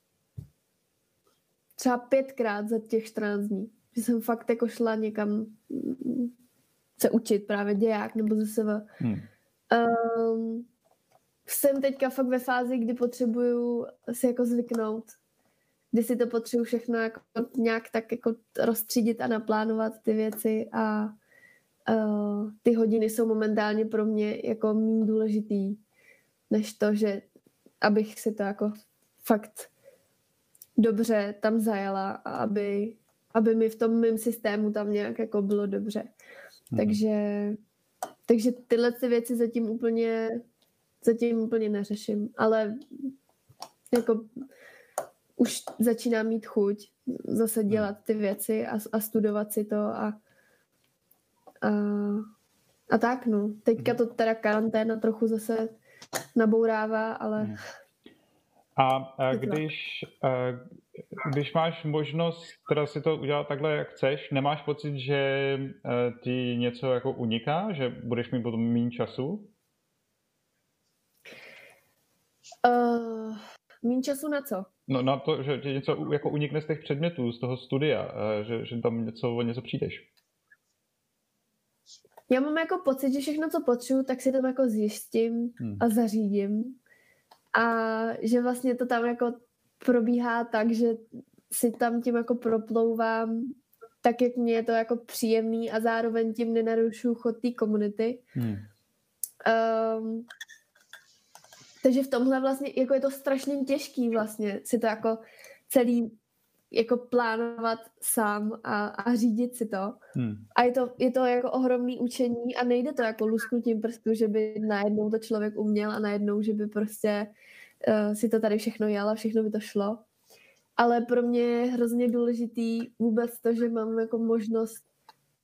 Speaker 3: třeba pětkrát za těch čtrnáct dní. Že jsem fakt jako šla někam se učit právě děják nebo ze sebe. Hmm. Um, jsem teďka fakt ve fázi, kdy potřebuju si jako zvyknout. Kdy si to potřebuju všechno jako nějak tak jako rozstřídit a naplánovat ty věci a Uh, ty hodiny jsou momentálně pro mě jako méně důležitý, než to, že abych si to jako fakt dobře tam zajela a aby, aby mi v tom mém systému tam nějak jako bylo dobře. Hmm. Takže, takže tyhle ty věci zatím úplně, zatím úplně neřeším, ale jako už začínám mít chuť zase dělat ty věci a, a studovat si to a A, a tak, no. Teďka to teda karanténa trochu zase nabourává, ale...
Speaker 1: A, a když, a, když máš možnost teda si to udělat takhle, jak chceš, nemáš pocit, že ti něco jako uniká? Že budeš mít potom méně času?
Speaker 3: Uh, méně času na co?
Speaker 1: No na to, že ti něco jako unikne z těch předmětů, z toho studia, že, že tam něco, o něco přijdeš.
Speaker 3: Já mám jako pocit, že všechno, co potřebuji, tak si tam jako zjistím hmm. a zařídím. A že vlastně to tam jako probíhá tak, že si tam tím jako proplouvám tak, jak mě je to jako příjemný a zároveň tím nenarušuju chod té komunity. Hmm. Um, takže v tomhle vlastně jako je to strašně těžký vlastně si to jako celý jako plánovat sám a, a řídit si to. Hmm. A je to, je to jako ohromný učení a nejde to jako lusknutím prstů, že by najednou to člověk uměl a najednou, že by prostě uh, si to tady všechno jel a všechno by to šlo. Ale pro mě je hrozně důležitý vůbec to, že mám jako možnost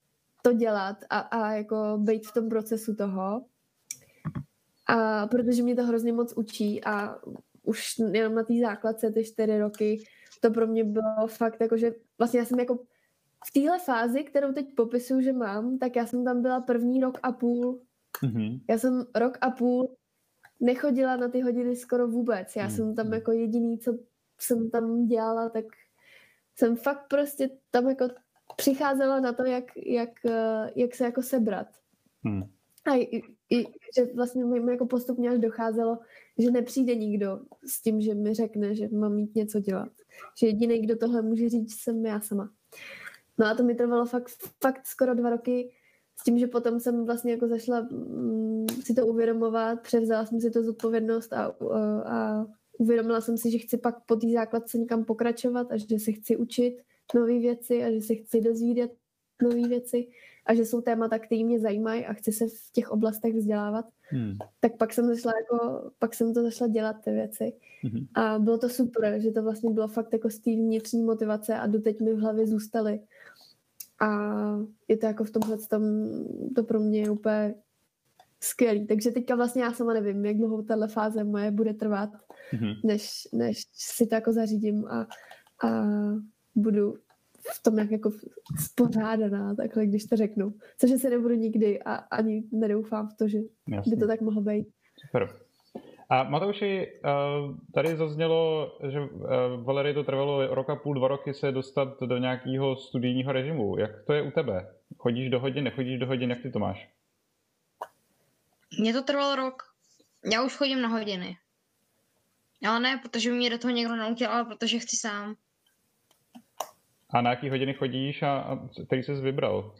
Speaker 3: to dělat a, a jako být v tom procesu toho. A protože mě to hrozně moc učí a už jenom na té základce ty čtyři roky to pro mě bylo fakt jako, že vlastně já jsem jako v téhle fázi, kterou teď popisuju, že mám, tak já jsem tam byla první rok a půl. Mm-hmm. Já jsem rok a půl nechodila na ty hodiny skoro vůbec. Já mm-hmm. jsem tam jako jediný, co jsem tam dělala, tak jsem fakt prostě tam jako přicházela na to, jak, jak, jak se jako sebrat. Mm. A i, i, že vlastně mi jako postupně až docházelo, že nepřijde nikdo s tím, že mi řekne, že mám mít něco dělat. Že jediný, kdo tohle může říct, jsem já sama. No a to mi trvalo fakt, fakt skoro dva roky s tím, že potom jsem vlastně jako zašla mm, si to uvědomovat, převzala jsem si to zodpovědnost a, a, a uvědomila jsem si, že chci pak po té základce někam pokračovat a že se chci učit nové věci a že se chci dozvídat nové věci a že jsou témata, které mě zajímají a chci se v těch oblastech vzdělávat. Hmm. Tak pak jsem zašla jako, pak jsem to zašla dělat ty věci. Hmm. A bylo to super, že to vlastně bylo fakt jako z té vnitřní motivace a doteď mi v hlavě zůstaly. A je to jako v tomhle tom, to pro mě je úplně skvělý. Takže teďka vlastně já sama nevím, jak dlouho tahle fáze moje bude trvat, hmm. než, než si to jako zařídím a, a budu v tom jak jako spořádaná, takhle, když to řeknu. Což se nebudu nikdy a ani nedoufám v to, že Jasně. by to tak mohlo být.
Speaker 1: Super. A Matouši, tady zaznělo, že Valerii to trvalo rok a půl, dva roky se dostat do nějakého studijního režimu. Jak to je u tebe? Chodíš do hodin, nechodíš do hodin, jak ty to máš?
Speaker 4: Mně to trvalo rok. Já už chodím na hodiny. Ale ne, protože mě do toho někdo naučil, ale protože chci sám.
Speaker 1: A na jaký hodiny chodíš a, a který jsi vybral?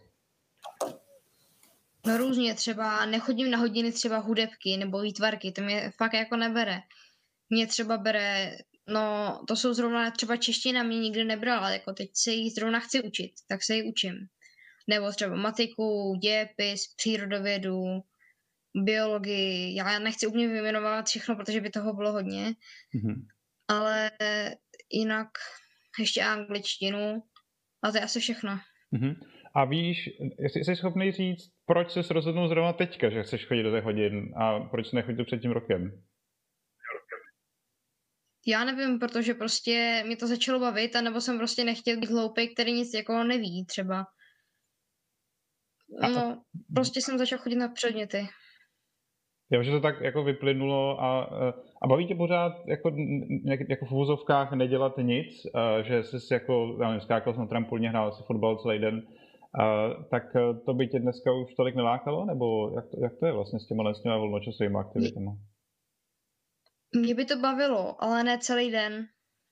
Speaker 4: No různě, třeba nechodím na hodiny třeba hudebky nebo výtvarky, to mě fakt jako nebere. Mě třeba bere, no to jsou zrovna třeba čeština mě nikdy nebrala, jako teď se jí zrovna chci učit, tak se jí učím. Nebo třeba matiku, dějepis, přírodovědu, biologii, já nechci úplně vyjmenovat všechno, protože by toho bylo hodně, mm-hmm. ale jinak ještě angličtinu a to je asi všechno.
Speaker 1: Mm-hmm. A víš, jestli jsi schopný říct, proč jsi rozhodnul zrovna teďka, že chceš chodit do těch hodin a proč jsi nechodil před tím rokem?
Speaker 4: Já nevím, protože prostě mě to začalo bavit, anebo jsem prostě nechtěl být hloupej, který nic jako neví třeba. No, prostě jsem začal chodit na předměty.
Speaker 1: Jo, že to tak jako vyplynulo a, a baví tě pořád jako, jako v uvozovkách nedělat nic, že jsi jako, já nevím, skákal jsem na trampolíně, hrál si fotbal celý den, tak to by tě dneska už tolik nelákalo, nebo jak to, jak to je vlastně s těma, s těma volnočasovými aktivitami?
Speaker 4: Mě by to bavilo, ale ne celý den.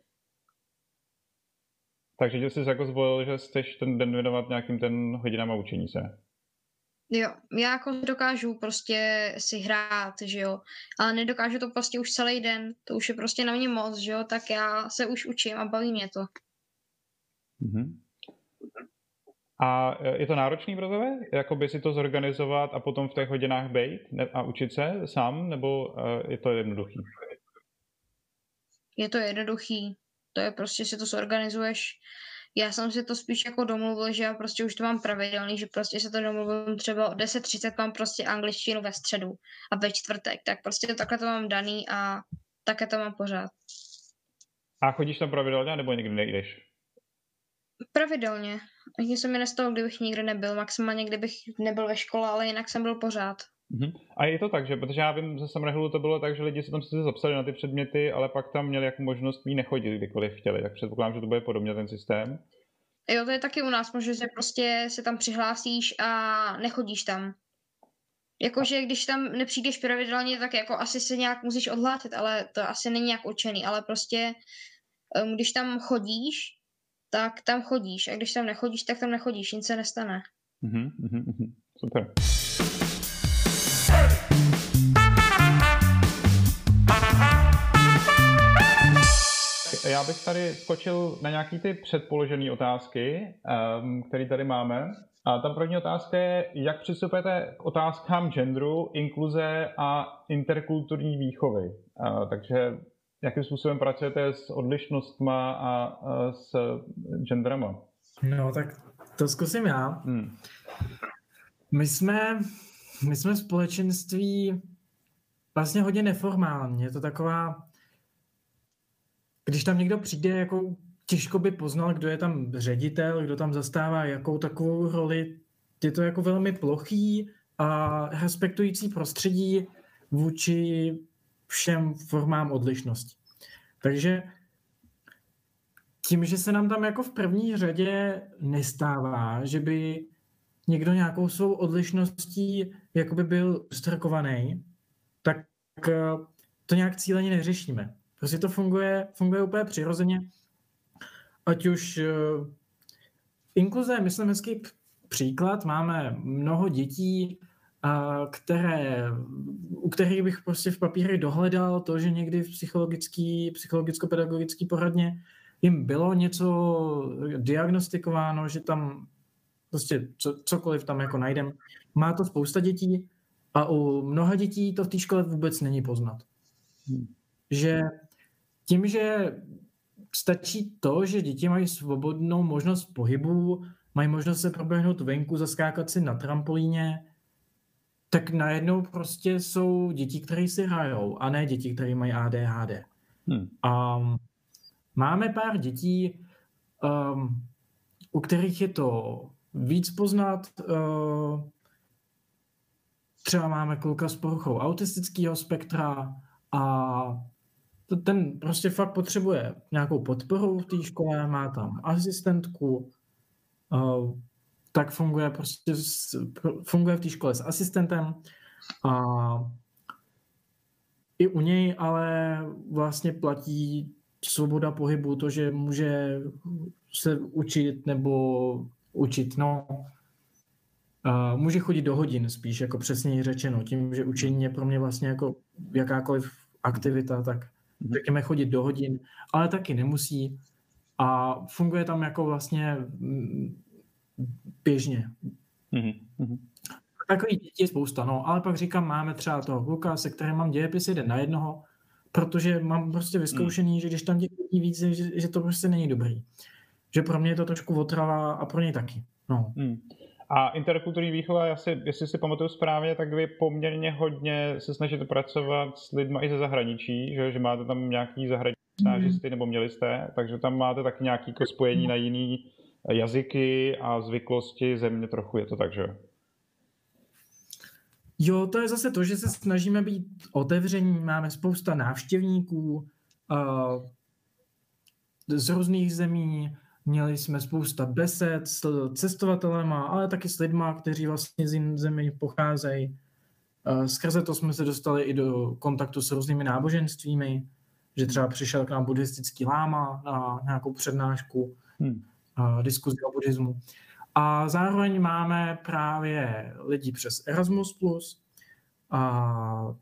Speaker 1: Takže jsi jako zvolil, že chceš ten den věnovat nějakým ten hodinám a učení se?
Speaker 4: Jo, já jako dokážu prostě si hrát, že jo, ale nedokážu to prostě už celý den, to už je prostě na mě moc, že jo, tak já se už učím a baví mě to.
Speaker 1: Mm-hmm. A je to náročný pro tebe, jakoby si to zorganizovat a potom v těch hodinách bejt a učit se sám, nebo je to jednoduchý?
Speaker 4: Je to jednoduchý, to je prostě si to zorganizuješ. Já jsem si to spíš jako domluvil, že já prostě už to mám pravidelný, že prostě se to domluvím třeba o deset třicet mám prostě angličtinu ve středu a ve čtvrtek, tak prostě takhle to mám daný a také to mám pořád.
Speaker 1: A chodíš tam pravidelně, nebo někdy nejdeš?
Speaker 4: Pravidelně. Ani se mi nestalo, kdybych nikdy nebyl, maximálně kdybych nebyl ve škole, ale jinak jsem byl pořád.
Speaker 1: Uh-huh. A je to tak, že, protože já vím, že jsem Summerhillu to bylo tak, že lidi se tam sice zapsali na ty předměty, ale pak tam měli jako možnost mít nechodit, kdykoliv chtěli, tak předpokládám, že to bude podobně ten systém.
Speaker 4: Jo, to je taky u nás, možná, že prostě se tam přihlásíš a nechodíš tam. Jakože když tam nepřijdeš pravidelně, tak jako asi se nějak musíš odhlásit, ale to asi není nějak určený, ale prostě když tam chodíš, tak tam chodíš a když tam nechodíš, tak tam nechodíš, nic se nestane.
Speaker 1: Uh-huh, uh-huh, super. Já bych tady skočil na nějaký ty předpoložené otázky, um, které tady máme. A ta první otázka je, jak přistupujete k otázkám genderu, inkluze a interkulturní výchovy. Uh, takže jakým způsobem pracujete s odlišnostma a, a s genderama?
Speaker 2: No tak To zkusím já. Hmm. My jsme, my jsme v společenství vlastně hodně neformální. Je to taková, když tam někdo přijde, jako těžko by poznal, kdo je tam ředitel, kdo tam zastává jakou takovou roli. Je to jako velmi plochý a respektující prostředí vůči všem formám odlišnosti. Takže tím, že se nám tam jako v první řadě nestává, že by někdo nějakou svou odlišností jakoby byl ustrkovaný, tak to nějak cíleně neřešíme. Prostě to funguje, funguje úplně přirozeně. Ať už uh, inkluze je, myslím, hezký příklad. Máme mnoho dětí, uh, které, u kterých bych prostě v papíře dohledal to, že někdy v psychologický, psychologicko-pedagogický poradně jim bylo něco diagnostikováno, že tam prostě co, cokoliv tam jako najdem. Má to spousta dětí a u mnoha dětí to v té škole vůbec není poznat. Hmm. Že tím, že stačí to, že děti mají svobodnou možnost pohybu, mají možnost se proběhnout venku, zaskákat si na trampolíně, tak najednou prostě jsou děti, které si hrajou, a ne děti, které mají A D H D. Hmm. Um, máme pár dětí, um, u kterých je to víc poznat. Uh, třeba máme kluka s poruchou autistického spektra a ten prostě fakt potřebuje nějakou podporu v té škole, má tam asistentku, uh, tak funguje prostě s, funguje v té škole s asistentem a i u něj ale vlastně platí svoboda pohybu, to, že může se učit nebo učit, no, uh, může chodit do hodin spíš, jako přesněji řečeno, tím, že učení je pro mě vlastně jako jakákoliv aktivita, tak řekněme chodit do hodin, ale taky nemusí a funguje tam jako vlastně běžně. Mm-hmm. Takových dětí je spousta, no, ale pak říkám, máme třeba toho kluka, se kterým mám dějepis jeden na jednoho, protože mám prostě vyzkoušený, mm. že když tam dětí víc, že, že to prostě není dobrý. Že pro mě je to trošku otrava a pro něj taky. No. Mm.
Speaker 1: A interkulturní výchova, já si, jestli si pamatuju správně, tak vy poměrně hodně se snažíte pracovat s lidmi i ze zahraničí, že, že máte tam nějaký zahraniční stážisty, nebo měli jste, takže tam máte taky nějaké spojení na jiný jazyky a zvyklosti země trochu, je to tak, že?
Speaker 2: Jo, to je zase to, že se snažíme být otevření, máme spousta návštěvníků uh, z různých zemí, měli jsme spousta besed s cestovatelema, ale taky s lidma, kteří vlastně z jiných zemí pocházejí. Skrze to jsme se dostali i do kontaktu s různými náboženstvími, že třeba přišel k nám buddhistický láma na nějakou přednášku, hmm. diskuzi o buddhismu. A zároveň máme právě lidi přes Erasmus plus. A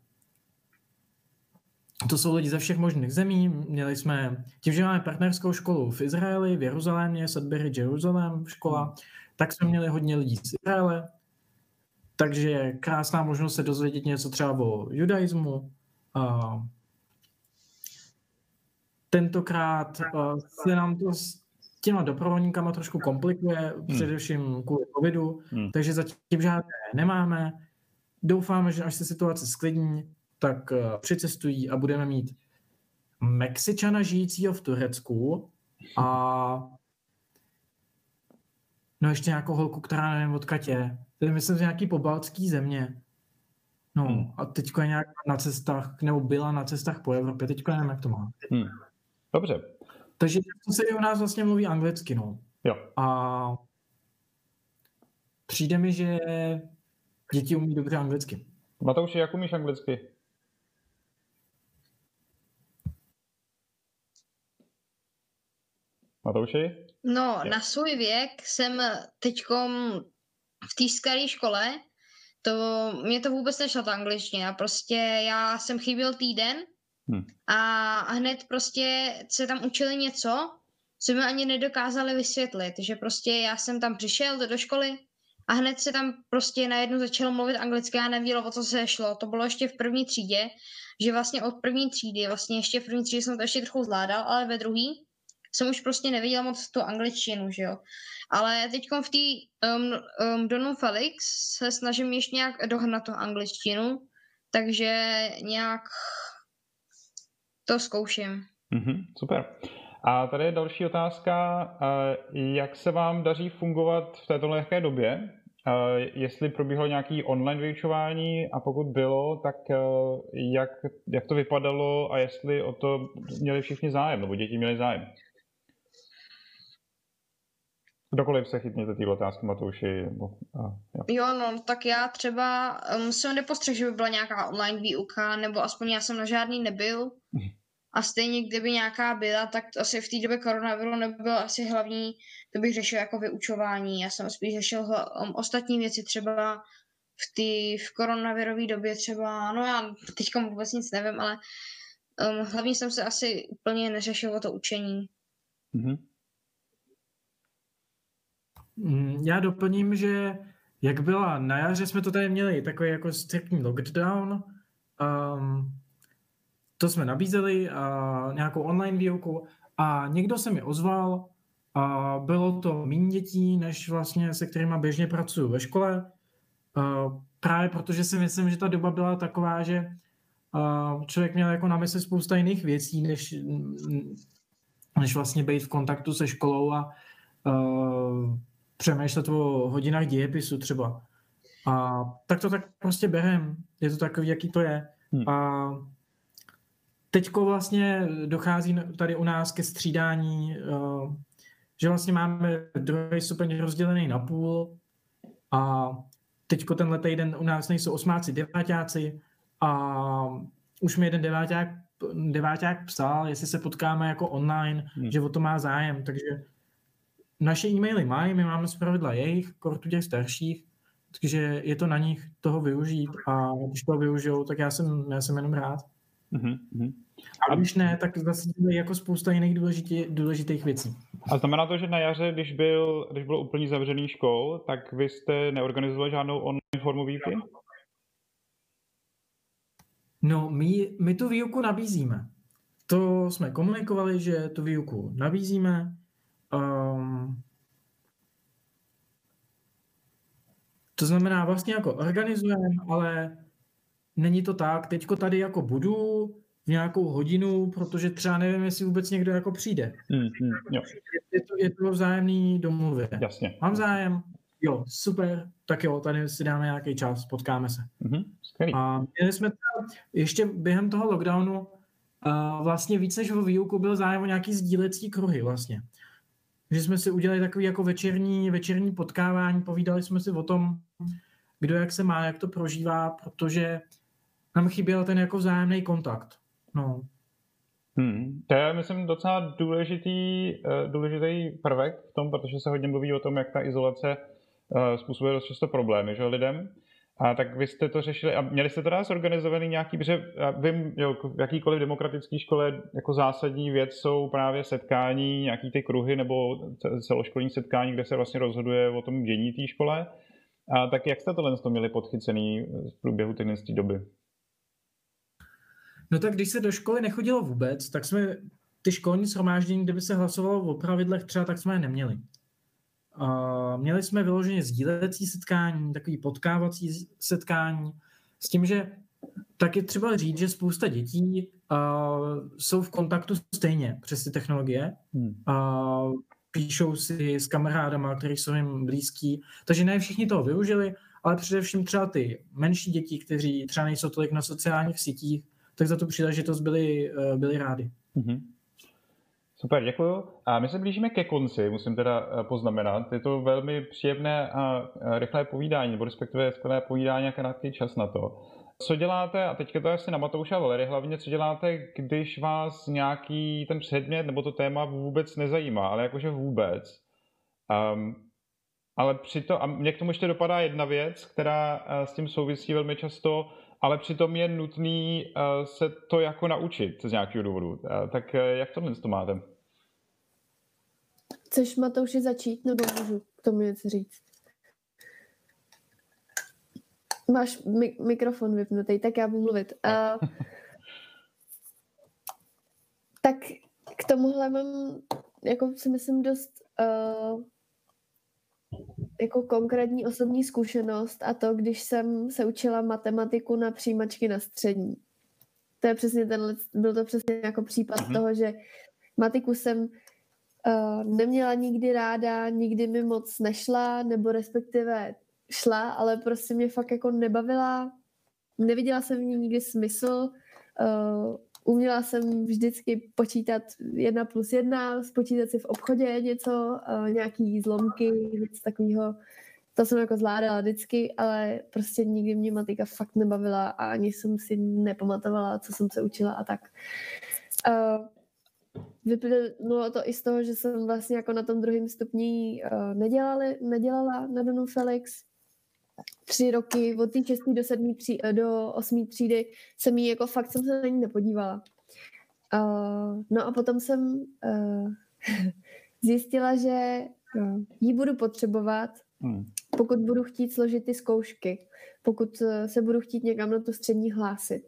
Speaker 2: to jsou lidi ze všech možných zemí. Měli jsme, tím, že máme partnerskou školu v Izraeli, v Jeruzalémě, Sudbury Jerusalem škola, tak jsme měli hodně lidí z Izraele. Takže krásná možnost se dozvědět něco třeba o judaismu. A tentokrát se nám to s těma doprovodníkama trošku komplikuje, hmm. především kvůli covidu, hmm. takže zatím žádné nemáme. Doufáme, že až se situace sklidní, tak přicestují a budeme mít Mexičana žijícího v Turecku a no ještě nějakou holku, která nevím odkud je. Tedy myslím, že nějaký pobaltský země. No hmm. a teďko je nějak na cestách, nebo byla na cestách po Evropě, teďko nevím, jak to má.
Speaker 1: Hmm. Dobře.
Speaker 2: Takže to se i u nás vlastně mluví anglicky, no.
Speaker 1: Jo.
Speaker 2: A přijde mi, že děti umí dobře anglicky.
Speaker 1: Matouši, jak umíš anglicky? Matouši?
Speaker 4: No, na svůj věk jsem teďkom v té staré škole, to mě to vůbec nešlo ta angličtina, prostě já jsem chyběl týden hmm. a hned prostě se tam učili něco, co mi ani nedokázali vysvětlit, že prostě já jsem tam přišel do, do školy a hned se tam prostě najednou začalo mluvit anglicky a nevědělo, o co se šlo. To bylo ještě v první třídě, že vlastně od první třídy, vlastně ještě v první třídě jsem to ještě trochu zvládal, ale ve druhý jsem už prostě neviděla moc tu angličtinu, že jo. Ale teďkom v té um, um, Donu Felix se snažím ještě nějak dohnat tu angličtinu, takže nějak to zkouším.
Speaker 1: Mm-hmm, super. A tady je další otázka. Jak se vám daří fungovat v této lehké době? Jestli probíhalo nějaké online vyučování a pokud bylo, tak jak, jak to vypadalo a jestli o to měli všichni zájem, nebo děti měly zájem? Kdokoliv se chytněte tyhle otázky, Matouši. Nebo, a, jo.
Speaker 4: jo, no, tak já třeba um, jsem nepostřehl, že by byla nějaká online výuka, nebo aspoň já jsem na žádný nebyl. A stejně, kdyby nějaká byla, tak to asi v té době koronaviru nebylo asi hlavní, to bych řešil jako vyučování. Já jsem spíš řešil um, ostatní věci, třeba v té v koronavirové době třeba, no já teďka vůbec nic nevím, ale um, hlavně jsem se asi úplně neřešil o to učení.
Speaker 1: Mm-hmm.
Speaker 2: Já doplním, že jak byla na jaře, jsme to tady měli takový jako striktní lockdown. Um, to jsme nabízeli uh, nějakou online výuku a někdo se mi ozval a bylo to méně dětí, než vlastně se kterýma běžně pracuju ve škole. Uh, právě protože si myslím, že ta doba byla taková, že uh, člověk měl jako na mysli spousta jiných věcí, než, než vlastně být v kontaktu se školou a uh, přemýšlet o hodinách dějepisu třeba. A tak to tak prostě berem. Je to takový, jaký to je. Hmm. A teďko vlastně dochází tady u nás ke střídání, že vlastně máme druhý stupeň rozdělený na půl a teďko tenhle týden u nás nejsou osmáci, deváťáci a už mi jeden deváťák, deváťák psal, jestli se potkáme jako online, hmm. že o to má zájem, takže naše e-maily mají, my máme zpravidla jejich, kortu těch starších, takže je to na nich toho využít a když to využijou, tak já jsem, já jsem jenom rád.
Speaker 1: Mm-hmm.
Speaker 2: A když ne, tak zase je jako spousta jiných důležitý, důležitých věcí.
Speaker 1: A znamená to, že na jaře, když, byl, když bylo úplně zavřený škol, tak vy jste neorganizovali žádnou online formu výuky?
Speaker 2: No, my, my tu výuku nabízíme. To jsme komunikovali, že tu výuku nabízíme. Um, to znamená vlastně jako organizujeme, ale není to tak. Teďko tady jako budu v nějakou hodinu, protože třeba nevím, jestli vůbec někdo jako přijde.
Speaker 1: Mm, mm, jo.
Speaker 2: Je to, je to vzájemný domluvě.
Speaker 1: Jasně.
Speaker 2: Mám zájem? Jo, super. Tak jo, tady si dáme nějaký čas, potkáme se.
Speaker 1: Mm-hmm.
Speaker 2: A měli jsme ještě během toho lockdownu uh, vlastně víc než o výuku byl zájem o nějaký sdílecí kruhy vlastně. Že jsme si udělali takový jako večerní, večerní potkávání, povídali jsme si o tom, kdo jak se má, jak to prožívá, protože nám chyběl ten jako vzájemný kontakt. No.
Speaker 1: Hmm. To je, myslím, docela důležitý, důležitý prvek v tom, protože se hodně mluví o tom, jak ta izolace způsobuje dost často problémy, že lidem. A tak vy jste to řešili a měli jste teda zorganizovaný nějaký, protože já vím, jo, v jakýkoliv demokratické škole jako zásadní věc jsou právě setkání, nějaký ty kruhy nebo celoškolní setkání, kde se vlastně rozhoduje o tom dění té škole. A tak jak jste tohle měli podchycený v průběhu téhle doby?
Speaker 2: No tak když se do školy nechodilo vůbec, tak jsme ty školní shromáždění, kde by se hlasovalo o pravidlech třeba, tak jsme je neměli. Uh, měli jsme vyloženě sdílecí setkání, takový potkávací setkání, s tím, že tak je třeba říct, že spousta dětí uh, jsou v kontaktu stejně přes ty technologie. Hmm. Uh, píšou si s kamarádama, kteří jsou jim blízký. Takže ne všichni toho využili, ale především třeba ty menší děti, kteří třeba nejsou tolik na sociálních sítích, tak za tu příležitost byli, byli rádi.
Speaker 1: Mm-hmm. Super, děkuju. A my se blížíme ke konci, musím teda poznamenat. Je to velmi příjemné a rychlé povídání, nebo respektive skvělé povídání a krátký čas na to. Co děláte, a teďka to je asi na Matouše a Valery hlavně, co děláte, když vás nějaký ten předmět nebo to téma vůbec nezajímá, ale jakože vůbec. Um, ale přito, a mně k tomu ještě dopadá jedna věc, která s tím souvisí velmi často, ale přitom je nutný uh, se to jako naučit z nějakého důvodu. Uh, tak uh, jak tohle to máte?
Speaker 3: Chceš, Matouši, začít, nebo můžu k tomu něco říct? Máš mi- mikrofon vypnutý, tak já budu mluvit. Uh, tak k tomuhle mám jako si myslím dost uh, jako konkrétní osobní zkušenost a to, když jsem se učila matematiku na přijímačky na střední. To je přesně tenhle, byl to přesně jako případ mm-hmm. toho, že matiku jsem uh, neměla nikdy ráda, nikdy mi moc nešla, nebo respektive šla, ale prostě mě fakt jako nebavila. Neviděla jsem v ní nikdy smysl. Uh, uměla jsem vždycky počítat jedna plus jedna, spočítat si v obchodě něco, uh, nějaký zlomky, něco takového. To jsem jako zvládala vždycky, ale prostě nikdy mě matika fakt nebavila a ani jsem si nepamatovala, co jsem se učila a tak. Uh, Vyplynulo to i z toho, že jsem vlastně jako na tom druhém stupni uh, nedělali, nedělala na Donu Felix. Tři roky, od té šesté do sedmé tří, do osmé třídy jsem jí jako fakt jsem se na ní nepodívala. Uh, no a potom jsem uh, zjistila, že uh, jí budu potřebovat, hmm. pokud budu chtít složit ty zkoušky, pokud uh, se budu chtít někam na tu střední hlásit.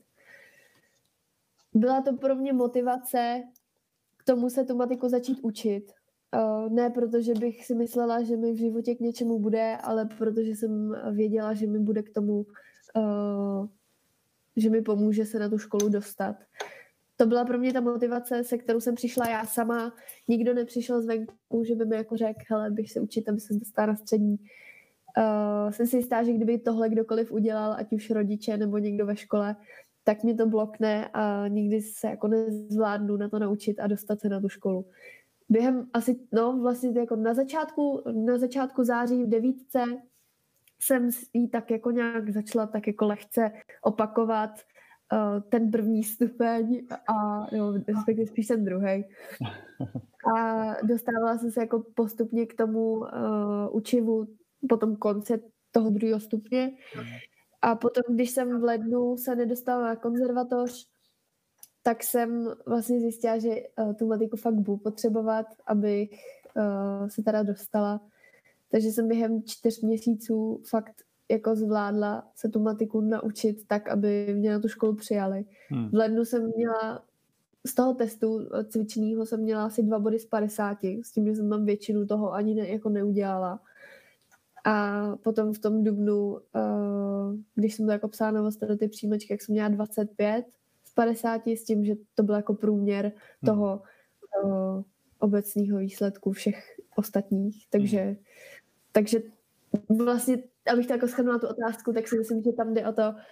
Speaker 3: Byla to pro mě motivace k tomu se tu matiku začít učit. Uh, ne protože bych si myslela, že mi v životě k něčemu bude, ale protože jsem věděla, že mi bude k tomu, uh, že mi pomůže se na tu školu dostat. To byla pro mě ta motivace, se kterou jsem přišla já sama. Nikdo nepřišel zvenku, že by mi jako řekl, hele, bych se učit, aby se dostala na střední. Uh, jsem si jistá, že kdyby tohle kdokoliv udělal, ať už rodiče nebo někdo ve škole, tak mě to blokne a nikdy se jako nezvládnu na to naučit a dostat se na tu školu. Během asi, no vlastně jako na začátku, na začátku září v devítce jsem jí tak jako nějak začala tak jako lehce opakovat uh, ten první stupeň a jo, respektive spíš ten druhej. A dostávala jsem se jako postupně k tomu uh, učivu po tom konci toho druhého stupně. A potom, když jsem v lednu se nedostala na konzervatoř, tak jsem vlastně zjistila, že uh, tu matiku fakt budu potřebovat, abych uh, se teda dostala. Takže jsem během čtyř měsíců fakt jako zvládla se tu matiku naučit tak, aby mě na tu školu přijali. Hmm. V lednu jsem měla z toho testu cvičného jsem měla asi dva body z padesáti, s tím, že jsem tam většinu toho ani ne, jako neudělala. A potom v tom dubnu, uh, když jsem to jako psala na vlastně do ty přijímačky, jak jsem měla dvacet pět z padesáti, s tím, že to byl jako průměr toho uh, obecného výsledku všech ostatních. Takže, hmm. takže vlastně, abych to jako shrnula tu otázku, tak si myslím, že tam jde o to,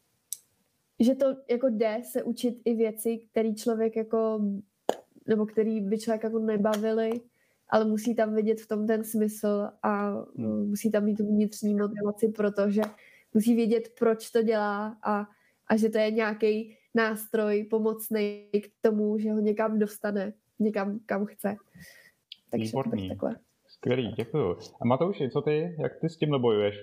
Speaker 3: že to jako jde se učit i věci, které člověk jako, nebo který by člověk jako nebavili, ale musí tam vidět v tom ten smysl a hmm. musí tam mít tu vnitřní motivaci, protože musí vědět, proč to dělá a, a že to je nějaký nástroj pomocný k tomu, že ho někam dostane, někam, kam chce. Takže
Speaker 1: výborný.
Speaker 3: Takhle.
Speaker 1: Skvělý, děkuju. A Matouši, co ty? Jak ty s tímhle bojuješ?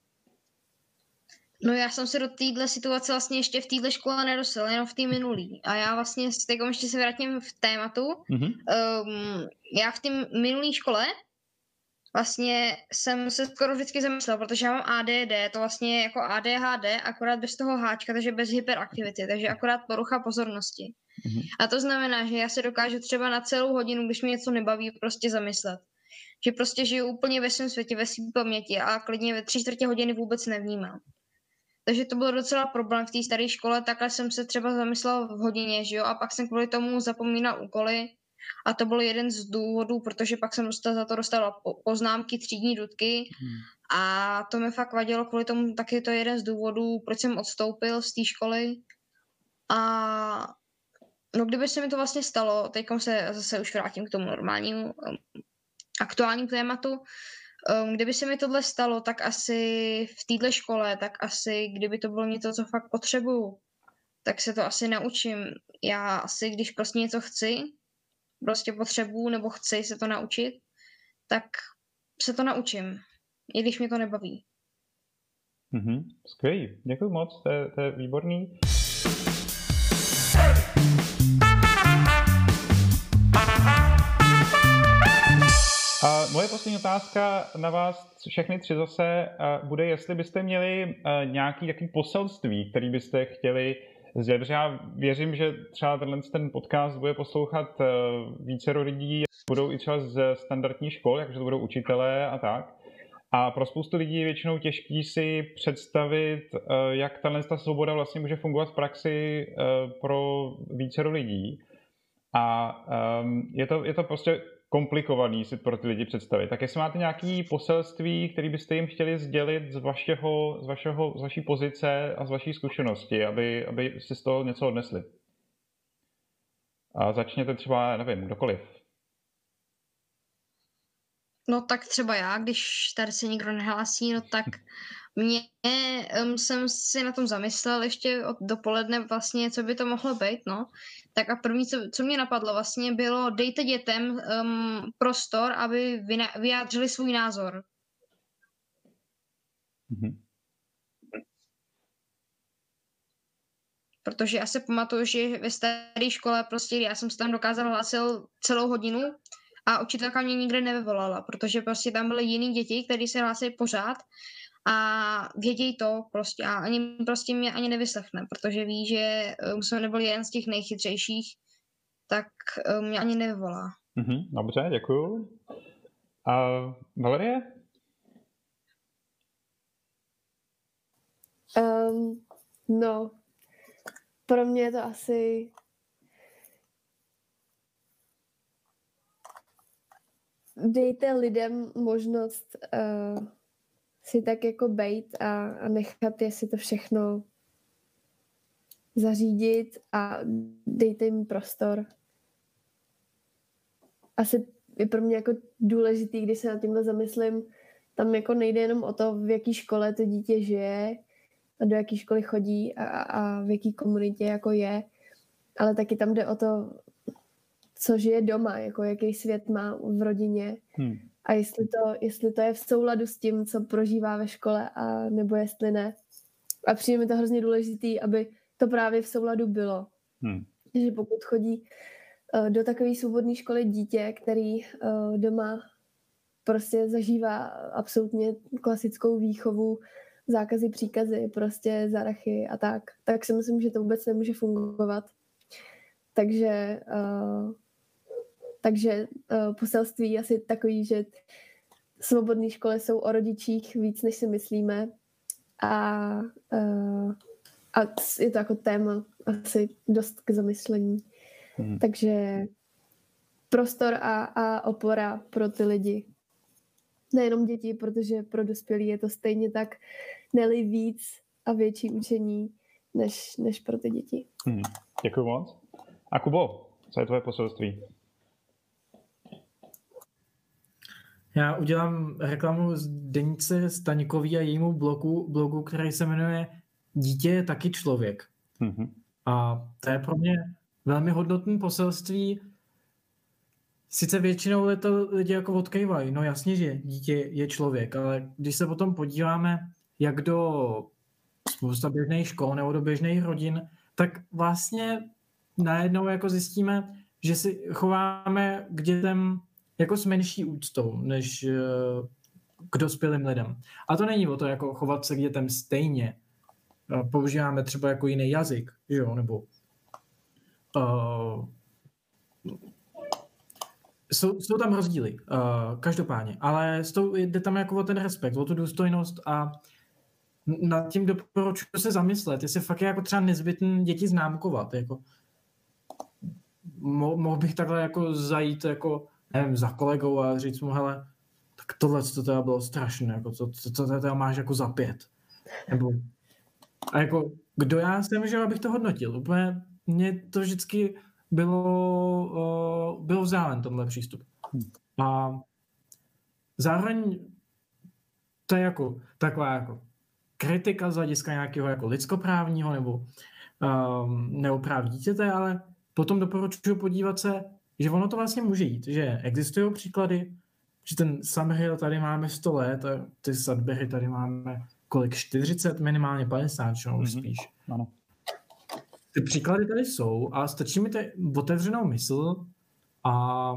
Speaker 4: No já jsem se do téhle situace vlastně ještě v téhle škole nedostal, jenom v té minulý. A já vlastně, teď ještě se vrátím v tématu. Mm-hmm. Um, já v té minulý škole vlastně jsem se skoro vždycky zamyslel, protože já mám A D D, to vlastně jako A D H D, akorát bez toho háčka, takže bez hyperaktivity, takže akorát porucha pozornosti. Mm-hmm. A to znamená, že já se dokážu třeba na celou hodinu, když mě něco nebaví, prostě zamyslet. Že prostě žiju úplně ve svém světě, ve své paměti a klidně ve tři čtvrtě hodiny vůbec nevnímám. Takže to byl docela problém v té staré škole, takhle jsem se třeba zamyslela v hodině, že jo, a pak jsem kvůli tomu zapomínala úkoly a to byl jeden z důvodů, protože pak jsem dostala, za to dostala poznámky, třídní dudky hmm. a to mi fakt vadilo, kvůli tomu taky to je jeden z důvodů, proč jsem odstoupil z té školy. A no kdyby se mi to vlastně stalo, teď se zase už vrátím k tomu normálnímu um, aktuálnímu tématu, Um, kdyby se mi tohle stalo, tak asi v téhle škole, tak asi kdyby to bylo něco, co fakt potřebuju, tak se to asi naučím. Já asi, když prostě něco chci, prostě potřebuju nebo chci se to naučit, tak se to naučím, i když mě to nebaví.
Speaker 1: Mm-hmm. Skvělý, děkuji moc, to je, to je výborný. A moje poslední otázka na vás všechny tři zase bude, jestli byste měli nějaký takový poselství, který byste chtěli sdělit, protože já věřím, že třeba tenhle ten podcast bude poslouchat vícero lidí, budou i třeba z standardní škol, jakože to budou učitelé a tak. A pro spoustu lidí je většinou těžký si představit, jak tato svoboda vlastně může fungovat v praxi pro vícero lidí. A je to, je to prostě komplikovaný si pro ty lidi představit. Tak jestli máte nějaké poselství, které byste jim chtěli sdělit z, vašeho, z, vašeho, z vaší pozice a z vaší zkušenosti, aby, aby si z toho něco odnesli. A začněte třeba, nevím, kdokoliv.
Speaker 4: No tak třeba já, když tady se nikdo nehlásí, no tak mě um, jsem si na tom zamyslel ještě od dopoledne vlastně, co by to mohlo být, no. Tak a první, co, co mě napadlo vlastně, bylo dejte dětem um, prostor, aby vyna- vyjádřili svůj názor.
Speaker 1: Mm-hmm.
Speaker 4: Protože já se pamatuju, že ve staré škole prostě já jsem se tam dokázal hlásit celou hodinu a učitelka mě nikdy nevyvolala, protože prostě tam byly jiný děti, které se hlásily pořád a vědějí to prostě a ani prostě mě ani nevyslechne, protože ví, že um, jsem nebyl jeden z těch nejchytřejších, tak um, mě ani nevyvolá.
Speaker 1: Mm-hmm, dobře, děkuju. A Valerie?
Speaker 3: Um, no, pro mě je to asi dejte lidem možnost uh, si tak jako bejt a, a nechat je si to všechno zařídit a dejte jim prostor. Asi je pro mě jako důležitý, když se nad tímhle zamyslím, tam jako nejde jenom o to, v jaký škole to dítě žije a do jaký školy chodí a, a v jaký komunitě jako je, ale taky tam jde o to, co žije doma, jako jaký svět má v rodině hmm. a jestli to, jestli to je v souladu s tím, co prožívá ve škole a nebo jestli ne. A přijde mi to hrozně důležitý, aby to právě v souladu bylo. Hmm. Že pokud chodí uh, do takové svobodné školy dítě, který uh, doma prostě zažívá absolutně klasickou výchovu, zákazy, příkazy, prostě zarachy a tak, tak si myslím, že to vůbec nemůže fungovat. Takže uh, takže uh, poselství asi takový, že svobodné školy jsou o rodičích víc, než si myslíme a, uh, a je to jako téma asi dost k zamyslení. Hmm. Takže prostor a, a opora pro ty lidi. Nejenom děti, protože pro dospělí je to stejně tak neli víc a větší učení, než, než pro ty děti.
Speaker 1: Hmm. Děkuji moc. A Kubo, co je tvoje poselství?
Speaker 2: Já udělám reklamu z Denice Staňkový a jejímu blogu, blogu, který se jmenuje Dítě je taky člověk. Mm-hmm. A to je pro mě velmi hodnotné poselství. Sice většinou to lidi jako odkejvají, no jasně, že dítě je člověk, ale když se potom podíváme, jak do spousta běžných škol nebo do běžných rodin, tak vlastně najednou jako zjistíme, že si chováme k dětem jako s menší úctou, než k dospělým lidem. A to není o to, jako chovat se k dětem stejně. Používáme třeba jako jiný jazyk, jo, nebo uh, jsou, jsou tam rozdíly, uh, každopádně, ale jde tam jako o ten respekt, o tu důstojnost a nad tím doporučuji se zamyslet, jestli fakt je jako třeba nezbytný děti známkovat, jako mohl bych takhle jako zajít jako nevím, za kolegou a říct mu, hele, tak tohle to teda bylo strašné, jako to, to, to teda máš jako za pět. Nebo, a jako, kdo já jsem, že abych to hodnotil? Úplně mně to vždycky bylo, uh, bylo vzálen, tomhle přístup. A zároveň to je jako taková jako kritika z hlediska nějakého jako lidskoprávního nebo, um, nebo práv dítěte, ale potom doporučuji podívat se, že ono to vlastně může jít, že existují příklady, že ten Summerhill tady máme sto let a ty Sudbury tady máme kolik, čtyřicet, minimálně padesát, čo mm-hmm. spíš.
Speaker 1: Ano.
Speaker 2: Ty příklady tady jsou a stačí mi tady otevřenou mysl a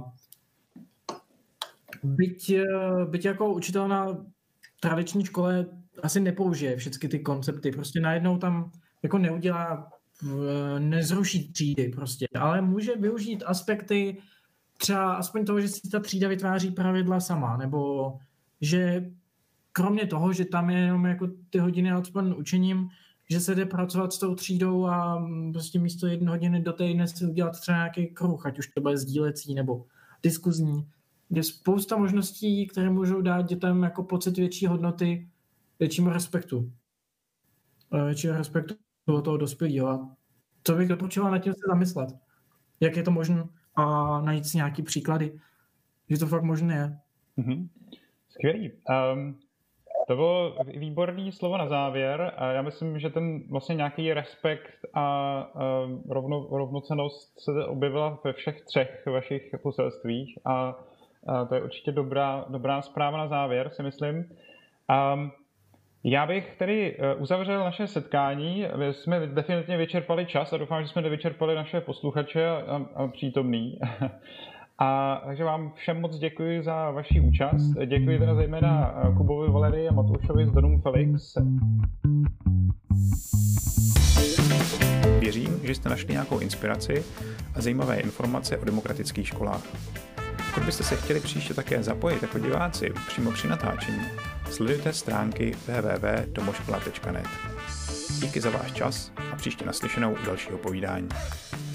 Speaker 2: byť, byť jako učitel na tradiční škole asi nepoužije všechny ty koncepty, prostě najednou tam jako neudělá nezruší třídy prostě, ale může využít aspekty třeba aspoň toho, že si ta třída vytváří pravidla sama, nebo že kromě toho, že tam je jenom jako ty hodiny odpoledne učením, že se jde pracovat s tou třídou a prostě místo jedné hodiny do týdne si udělat třeba nějaký kruh, ať už to bude sdílecí nebo diskuzní. Je spousta možností, které můžou dát dětem jako pocit větší hodnoty, většímu respektu. Většího respektu od toho dospělého. A co bych doporučila nad tím se zamyslet. Jak je to možné a najít si nějaký příklady, že to fakt možné je.
Speaker 1: Mm-hmm. Skvělý. Um, to bylo výborné slovo na závěr. Já myslím, že ten vlastně nějaký respekt a um, rovno, rovnocennost se objevila ve všech třech vašich poselstvích a, a to je určitě dobrá, dobrá zpráva na závěr, si myslím. Um, Já bych tedy uzavřel naše setkání. My jsme definitivně vyčerpali čas a doufám, že jsme nevyčerpali naše posluchače a, a přítomný. A takže vám všem moc děkuji za vaši účast. Děkuji teda zejména Kubovi, Valerii a Matoušovi z Donum Felix. Věřím, že jste našli nějakou inspiraci a zajímavé informace o demokratických školách. Pokud byste se chtěli příště také zapojit jako diváci přímo při natáčení, sledujte stránky w w w tečka domoškola tečka net. Díky za váš čas a příště naslyšenou u dalšího povídání.